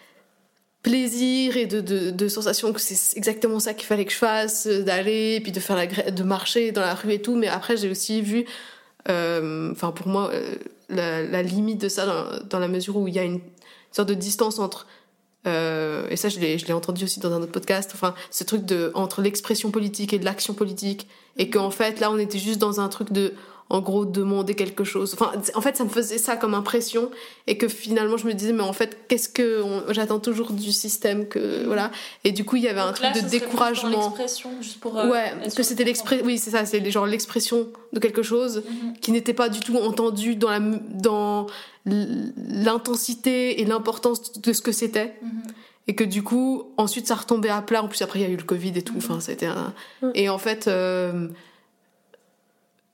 plaisir et de, de, de sensation que c'est exactement ça qu'il fallait que je fasse, d'aller, et puis de faire la, de marcher dans la rue et tout, mais après, j'ai aussi vu... Euh, enfin, pour moi... Euh, La, la limite de ça dans, dans la mesure où il y a une sorte de distance entre euh, et ça je l'ai, je l'ai entendu aussi dans un autre podcast, enfin ce truc de, entre l'expression politique et de l'action politique, et qu'en fait là on était juste dans un truc de en gros demander quelque chose, enfin en fait ça me faisait ça comme impression, et que finalement je me disais mais en fait qu'est-ce que on, j'attends toujours du système que voilà, et du coup il y avait donc un truc là, de découragement, l'expression, juste pour, euh, ouais que c'était l'expression, oui c'est ça, c'est genre l'expression de quelque chose mm-hmm. qui n'était pas du tout entendu dans la dans l'intensité et l'importance de ce que c'était, mm-hmm. et que du coup ensuite ça retombait à plat, en plus après il y a eu le Covid et tout, enfin mm-hmm. c'était un... mm-hmm. et en fait euh,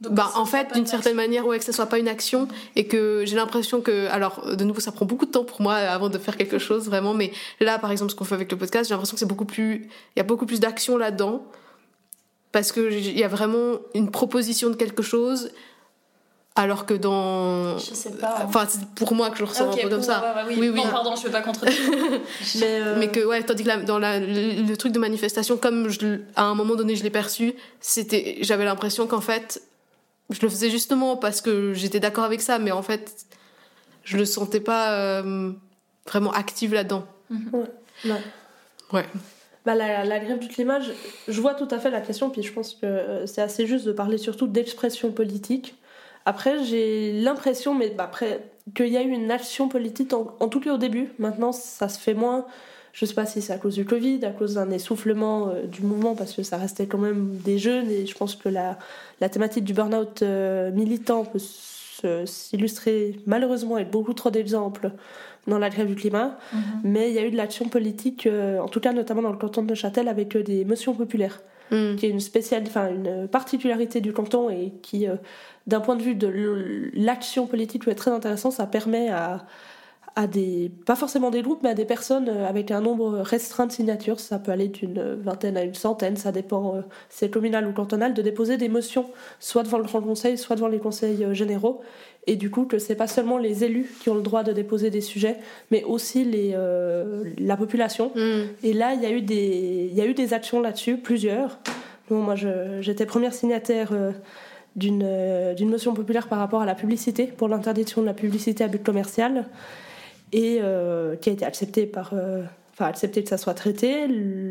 bah, en fait, d'une certaine manière, ouais, que ça soit pas une action et que j'ai l'impression que, alors, de nouveau, ça prend beaucoup de temps pour moi avant de faire quelque chose, vraiment, mais là, par exemple, ce qu'on fait avec le podcast, j'ai l'impression que c'est beaucoup plus, il y a beaucoup plus d'action là-dedans parce que il y a vraiment une proposition de quelque chose. Alors que dans... Je sais pas. Hein. Enfin, c'est pour moi que je ressens okay, un peu comme ça. Ouais, ouais, oui. oui, oui. Non, pardon, je veux pas contredire. mais, euh... mais que, ouais, tandis que la, dans la, le, le truc de manifestation, comme je, à un moment donné je l'ai perçu, c'était, j'avais l'impression qu'en fait, je le faisais justement parce que j'étais d'accord avec ça, mais en fait, je le sentais pas euh, vraiment active là-dedans. Mm-hmm. Ouais. Ouais. ouais. Bah, la, la grève du climat, je, je vois tout à fait la question, puis je pense que c'est assez juste de parler surtout d'expression politique. Après, j'ai l'impression, mais bah, après, qu'il y a eu une action politique, en, en tout cas au début. Maintenant, ça se fait moins. Je sais pas si c'est à cause du Covid, à cause d'un essoufflement euh, du mouvement, parce que ça restait quand même des jeunes, et je pense que la, la thématique du burn-out euh, militant peut se, s'illustrer malheureusement avec beaucoup trop d'exemples dans la grève du climat. Mm-hmm. Mais il y a eu de l'action politique, euh, en tout cas notamment dans le canton de Neuchâtel, avec euh, des motions populaires. Mmh. Qui est une spéciale, enfin une particularité du canton et qui, euh, d'un point de vue de l'action politique, est très intéressant. Ça permet à, à des, pas forcément des groupes, mais à des personnes avec un nombre restreint de signatures, ça peut aller d'une vingtaine à une centaine, ça dépend, euh, si c'est communal ou cantonal, de déposer des motions, soit devant le Grand Conseil, soit devant les conseils généraux. Et du coup, que c'est pas seulement les élus qui ont le droit de déposer des sujets, mais aussi les, euh, la population. Mmh. Et là, il y a eu des, il y a eu des actions là-dessus, plusieurs. Bon, moi, je, j'étais première signataire euh, d'une, euh, d'une motion populaire par rapport à la publicité, pour l'interdiction de la publicité à but commercial, et euh, qui a été acceptée par, euh, enfin, acceptée que ça soit traité.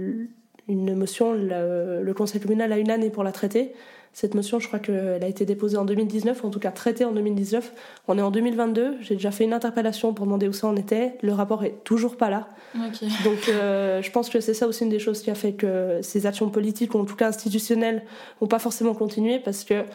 Une motion, le, le conseil communal a une année pour la traiter. Cette motion, je crois qu'elle a été déposée en deux mille dix-neuf, en tout cas traitée en deux mille dix-neuf. On est en deux mille vingt-deux, j'ai déjà fait une interpellation pour demander où ça en était. Le rapport est toujours pas là. Okay. Donc euh, je pense que c'est ça aussi une des choses qui a fait que ces actions politiques, ou en tout cas institutionnelles, n'ont pas forcément continué, parce que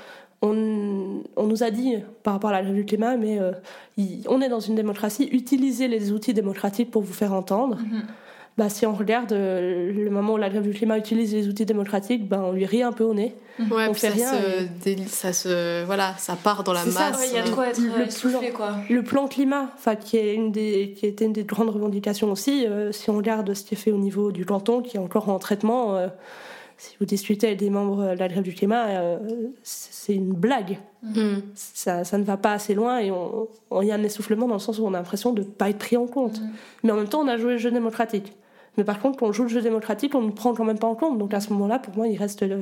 on, on nous a dit, par rapport à la grève du climat, mais euh, y, on est dans une démocratie, utilisez les outils démocratiques pour vous faire entendre. Mm-hmm. Bah, si on regarde euh, le moment où la grève du climat utilise les outils démocratiques, bah, on lui rit un peu au nez. Ouais, on fait ça rien. Se et... déli- ça se, voilà, ça part dans la c'est masse. Il ouais, y a de quoi être le essoufflé, plan, quoi. Le plan climat, qui est une des, qui était une des grandes revendications aussi. Euh, si on regarde ce qui est fait au niveau du canton, qui est encore en traitement, euh, si vous discutez avec des membres de la grève du climat, euh, c'est une blague. Mm. Ça, ça ne va pas assez loin, et il on, on, y a un essoufflement dans le sens où on a l'impression de ne pas être pris en compte. Mm. Mais en même temps, on a joué le jeu démocratique. Mais par contre, quand on joue le jeu démocratique, on ne prend quand même pas en compte. Donc à ce moment-là, pour moi, il reste le...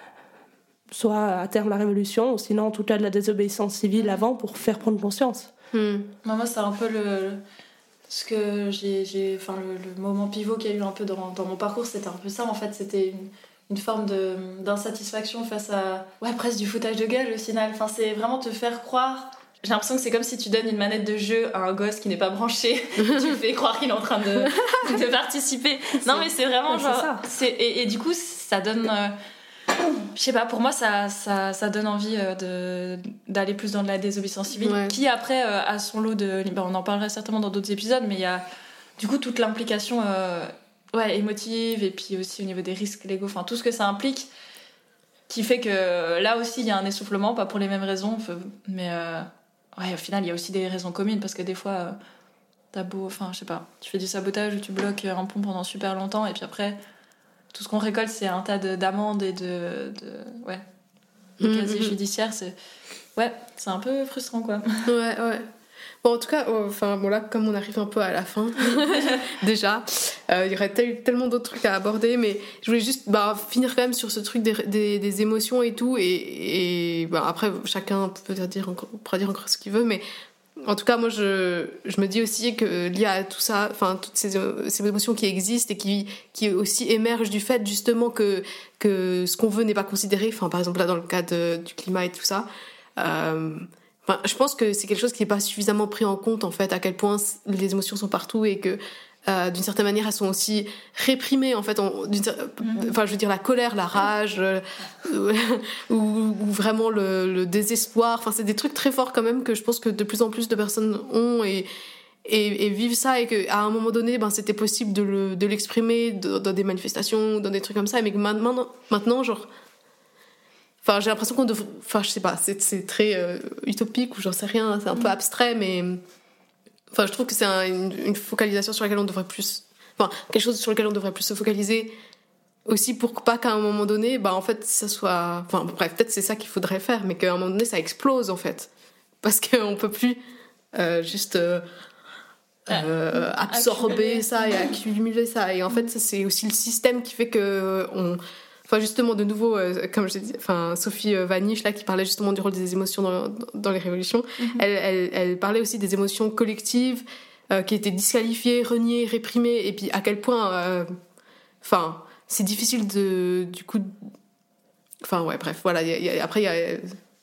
soit à terme la révolution, ou sinon en tout cas de la désobéissance civile avant, pour faire prendre conscience. Hmm. Non, moi, c'est un peu le... ce que j'ai... j'ai... Enfin, le, le moment pivot qu'il y a eu un peu dans, dans mon parcours, c'était un peu ça. En fait, c'était une, une forme de, d'insatisfaction face à... Ouais, presque du foutage de gueule, au final. Enfin, c'est vraiment te faire croire... J'ai l'impression que c'est comme si tu donnes une manette de jeu à un gosse qui n'est pas branché. Tu lui fais croire qu'il est en train de, de participer. C'est... Non, mais c'est vraiment genre... C'est ça. C'est... Et, et du coup, ça donne... Euh... Je sais pas, pour moi, ça, ça, ça donne envie euh, de, d'aller plus dans de la désobéissance civile. Ouais. Qui, après, euh, a son lot de... Ben, on en parlera certainement dans d'autres épisodes, mais il y a du coup toute l'implication euh, ouais, émotive, et puis aussi au niveau des risques légaux, enfin tout ce que ça implique, qui fait que là aussi, il y a un essoufflement, pas pour les mêmes raisons, mais... Euh... Ouais, au final, il y a aussi des raisons communes, parce que des fois, euh, t'as beau, enfin, je sais pas, tu fais du sabotage ou tu bloques un pont pendant super longtemps, et puis après, tout ce qu'on récolte, c'est un tas de, d'amendes et de, de, ouais, de casiers mmh, judiciaires. C'est, ouais, c'est un peu frustrant, quoi. Ouais, ouais. Bon, en tout cas, enfin, oh, bon, là, comme on arrive un peu à la fin, déjà, euh, il y aurait tel, tellement d'autres trucs à aborder, mais je voulais juste bah, finir quand même sur ce truc des, des, des émotions et tout, et, et bah, après, chacun peut dire encore, pourra dire encore ce qu'il veut, mais en tout cas, moi, je, je me dis aussi que lié à tout ça, enfin, toutes ces, ces émotions qui existent et qui, qui aussi émergent du fait, justement, que, que ce qu'on veut n'est pas considéré, enfin, par exemple, là, dans le cas de, du climat et tout ça, euh, Enfin, je pense que c'est quelque chose qui n'est pas suffisamment pris en compte, en fait, à quel point les émotions sont partout et que, euh, d'une certaine manière, elles sont aussi réprimées, en fait. En, d'une, mm-hmm. Enfin, je veux dire, la colère, la rage, euh, ou, ou vraiment le, le désespoir. Enfin, c'est des trucs très forts, quand même, que je pense que de plus en plus de personnes ont et, et, et vivent ça, et qu'à un moment donné, ben, c'était possible de, le, de l'exprimer dans des manifestations, dans des trucs comme ça, mais que maintenant, maintenant genre... Enfin, j'ai l'impression qu'on devrait... Enfin, je sais pas, c'est, c'est très euh, utopique ou j'en sais rien, c'est un mmh. peu abstrait, mais... Enfin, je trouve que c'est un, une, une focalisation sur laquelle on devrait plus... Enfin, quelque chose sur lequel on devrait plus se focaliser aussi pour pas qu'à un moment donné, bah, en fait, ça soit... Enfin, bref, peut-être c'est ça qu'il faudrait faire, mais qu'à un moment donné, ça explose, en fait. Parce qu'on peut plus euh, juste... Euh, euh, absorber accumuler. ça et accumuler ça. Et en fait, ça, c'est aussi le système qui fait que... On, Enfin, justement, de nouveau, euh, comme je dis, enfin, Sophie euh, Vanish, là, qui parlait justement du rôle des émotions dans, dans les révolutions, mm-hmm. elle, elle, elle parlait aussi des émotions collectives euh, qui étaient disqualifiées, reniées, réprimées, et puis à quel point, euh, enfin, c'est difficile de, du coup, enfin, ouais, bref, voilà, y a, y a, après, il y a...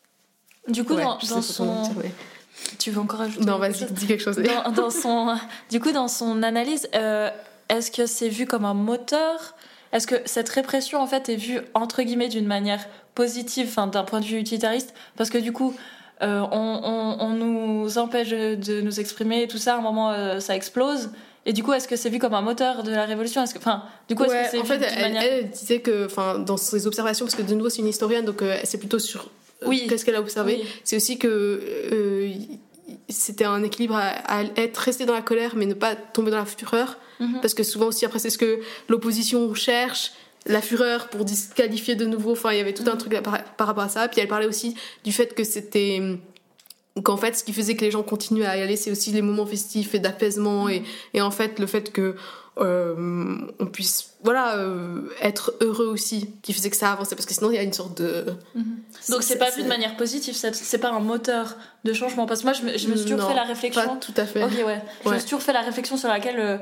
Du coup, ouais, dans, dans son... Dire, mais... Tu veux encore ajouter Non, vas-y, dis quelque chose. Dans, dans son... Du coup, dans son analyse, euh, est-ce que c'est vu comme un moteur ? Est-ce que cette répression, en fait, est vue, entre guillemets, d'une manière positive, enfin, d'un point de vue utilitariste ? Parce que, du coup, euh, on, on, on nous empêche de nous exprimer, et tout ça, à un moment, euh, ça explose. Et du coup, est-ce que c'est vu comme un moteur de la révolution ? Est-ce que, enfin, du coup, est-ce ouais, que c'est en vu fait, d'une elle, manière... elle disait que, enfin, dans ses observations, parce que de nouveau, c'est une historienne, donc euh, c'est plutôt sur euh, oui. qu'est-ce qu'elle a observé. Oui. C'est aussi que euh, c'était un équilibre à, à être resté dans la colère, mais ne pas tomber dans la fureur. Mm-hmm. Parce que souvent aussi, après, c'est ce que l'opposition cherche, la fureur pour disqualifier de nouveau. Enfin, il y avait tout un truc par, par rapport à ça. Puis elle parlait aussi du fait que c'était... Qu'en fait, ce qui faisait que les gens continuaient à y aller, c'est aussi les moments festifs et d'apaisement. Mm-hmm. Et, et en fait, le fait que euh, on puisse voilà, euh, être heureux aussi, qui faisait que ça avançait. Parce que sinon, il y a une sorte de... Mm-hmm. Donc, c'est, c'est pas c'est... vu de manière positive, c'est, c'est pas un moteur de changement. Parce que moi, je me, je me suis toujours non, fait la réflexion... pas tout à fait. Ok, ouais. ouais. Je me suis toujours fait la réflexion sur laquelle... Euh,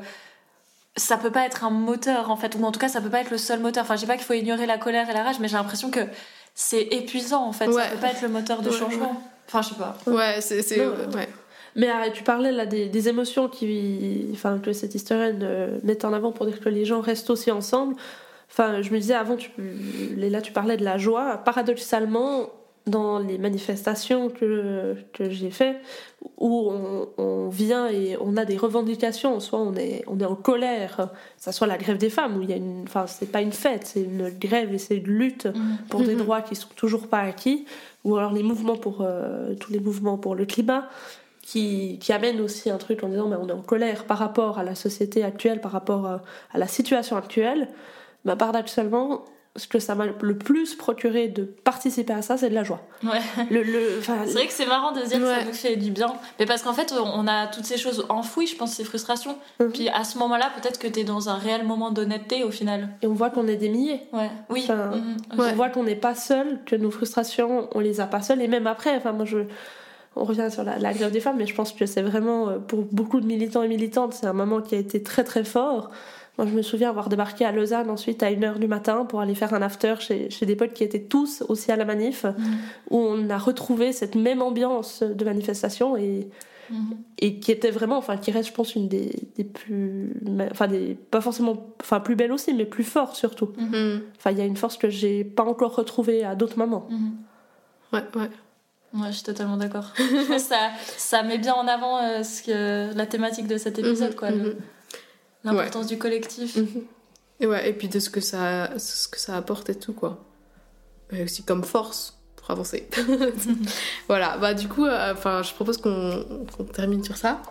ça peut pas être un moteur en fait, ou en tout cas ça peut pas être le seul moteur. Enfin, je dis pas qu'il faut ignorer la colère et la rage, mais j'ai l'impression que c'est épuisant en fait. Ouais. Ça peut pas être le moteur de ouais, changement. Ouais. Enfin, je sais pas. Ouais, c'est, c'est non, ouais. Mais euh, tu parlais là des, des émotions qui, enfin, que cette historienne euh, met en avant pour dire que les gens restent aussi ensemble. Enfin, je me disais avant, tu, là tu parlais de la joie. Paradoxalement, dans les manifestations que, que j'ai fait, où on, on vient et on a des revendications, soit on est, on est en colère, que ça soit la grève des femmes, où il y a une, enfin, c'est pas une fête, c'est une grève et c'est une lutte pour mmh. des droits qui sont toujours pas acquis, ou alors les mouvements pour, euh, tous les mouvements pour le climat, qui, qui amènent aussi un truc en disant mais on est en colère par rapport à la société actuelle, par rapport à, à la situation actuelle. Bah, paradoxalement, ce que ça m'a le plus procuré de participer à ça, c'est de la joie. Ouais. Le, le, c'est vrai que c'est marrant de se dire ouais. que ça nous fait du bien. Mais parce qu'en fait, on a toutes ces choses enfouies, je pense, ces frustrations. Mm-hmm. Puis à ce moment-là, peut-être que t'es dans un réel moment d'honnêteté au final. Et on voit qu'on est des milliers. Ouais. Oui. Enfin, mm-hmm. ouais. On voit qu'on n'est pas seul, que nos frustrations, on les a pas seules. Et même après, enfin, moi je... On revient sur la, la grève des femmes, mais je pense que c'est vraiment, pour beaucoup de militants et militantes, c'est un moment qui a été très très fort. Moi, je me souviens avoir débarqué à Lausanne ensuite à une heure du matin pour aller faire un after chez, chez des potes qui étaient tous aussi à la manif, mmh. où on a retrouvé cette même ambiance de manifestation et, mmh. et qui était vraiment, enfin, qui reste, je pense, une des, des plus, enfin, des, pas forcément, enfin, plus belles aussi, mais plus fortes surtout. Mmh. Enfin, il y a une force que j'ai pas encore retrouvée à d'autres moments. Mmh. Ouais, ouais. Ouais, je suis totalement d'accord. Je pense que ça, ça met bien en avant euh, ce que, la thématique de cet épisode, mmh. quoi. Le... L'importance ouais. du collectif. Mmh. Et, ouais, et puis de ce que, ça, ce que ça apporte et tout, quoi. Et aussi comme force pour avancer. Voilà, bah du coup, euh, je propose qu'on, qu'on termine sur ça.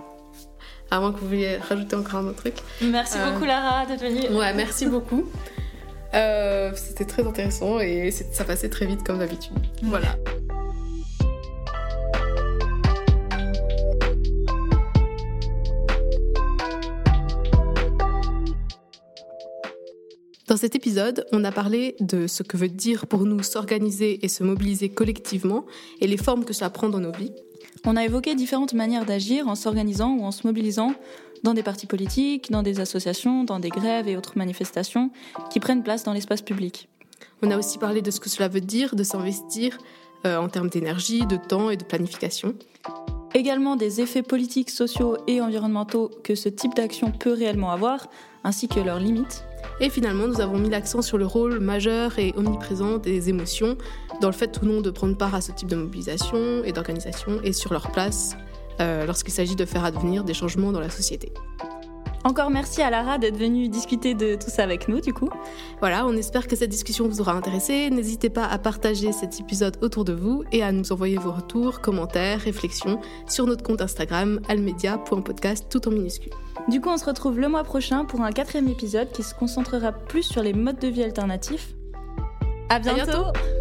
À moins que vous vouliez rajouter encore un autre truc. Merci euh... beaucoup, Lara, d'être venue. Ouais, merci beaucoup. Euh, c'était très intéressant et ça passait très vite comme d'habitude. Mmh. Voilà. Dans cet épisode, on a parlé de ce que veut dire pour nous s'organiser et se mobiliser collectivement et les formes que ça prend dans nos vies. On a évoqué différentes manières d'agir en s'organisant ou en se mobilisant dans des partis politiques, dans des associations, dans des grèves et autres manifestations qui prennent place dans l'espace public. On a aussi parlé de ce que cela veut dire de s'investir euh, en termes d'énergie, de temps et de planification. Également des effets politiques, sociaux et environnementaux que ce type d'action peut réellement avoir, ainsi que leurs limites. Et finalement, nous avons mis l'accent sur le rôle majeur et omniprésent des émotions, dans le fait ou non de prendre part à ce type de mobilisation et d'organisation, et sur leur place euh, lorsqu'il s'agit de faire advenir des changements dans la société. Encore merci à Lara d'être venue discuter de tout ça avec nous, du coup. Voilà, on espère que cette discussion vous aura intéressé. N'hésitez pas à partager cet épisode autour de vous et à nous envoyer vos retours, commentaires, réflexions sur notre compte Instagram almedia point podcast tout en minuscule. Du coup, on se retrouve le mois prochain pour un quatrième épisode qui se concentrera plus sur les modes de vie alternatifs. À bientôt, à bientôt.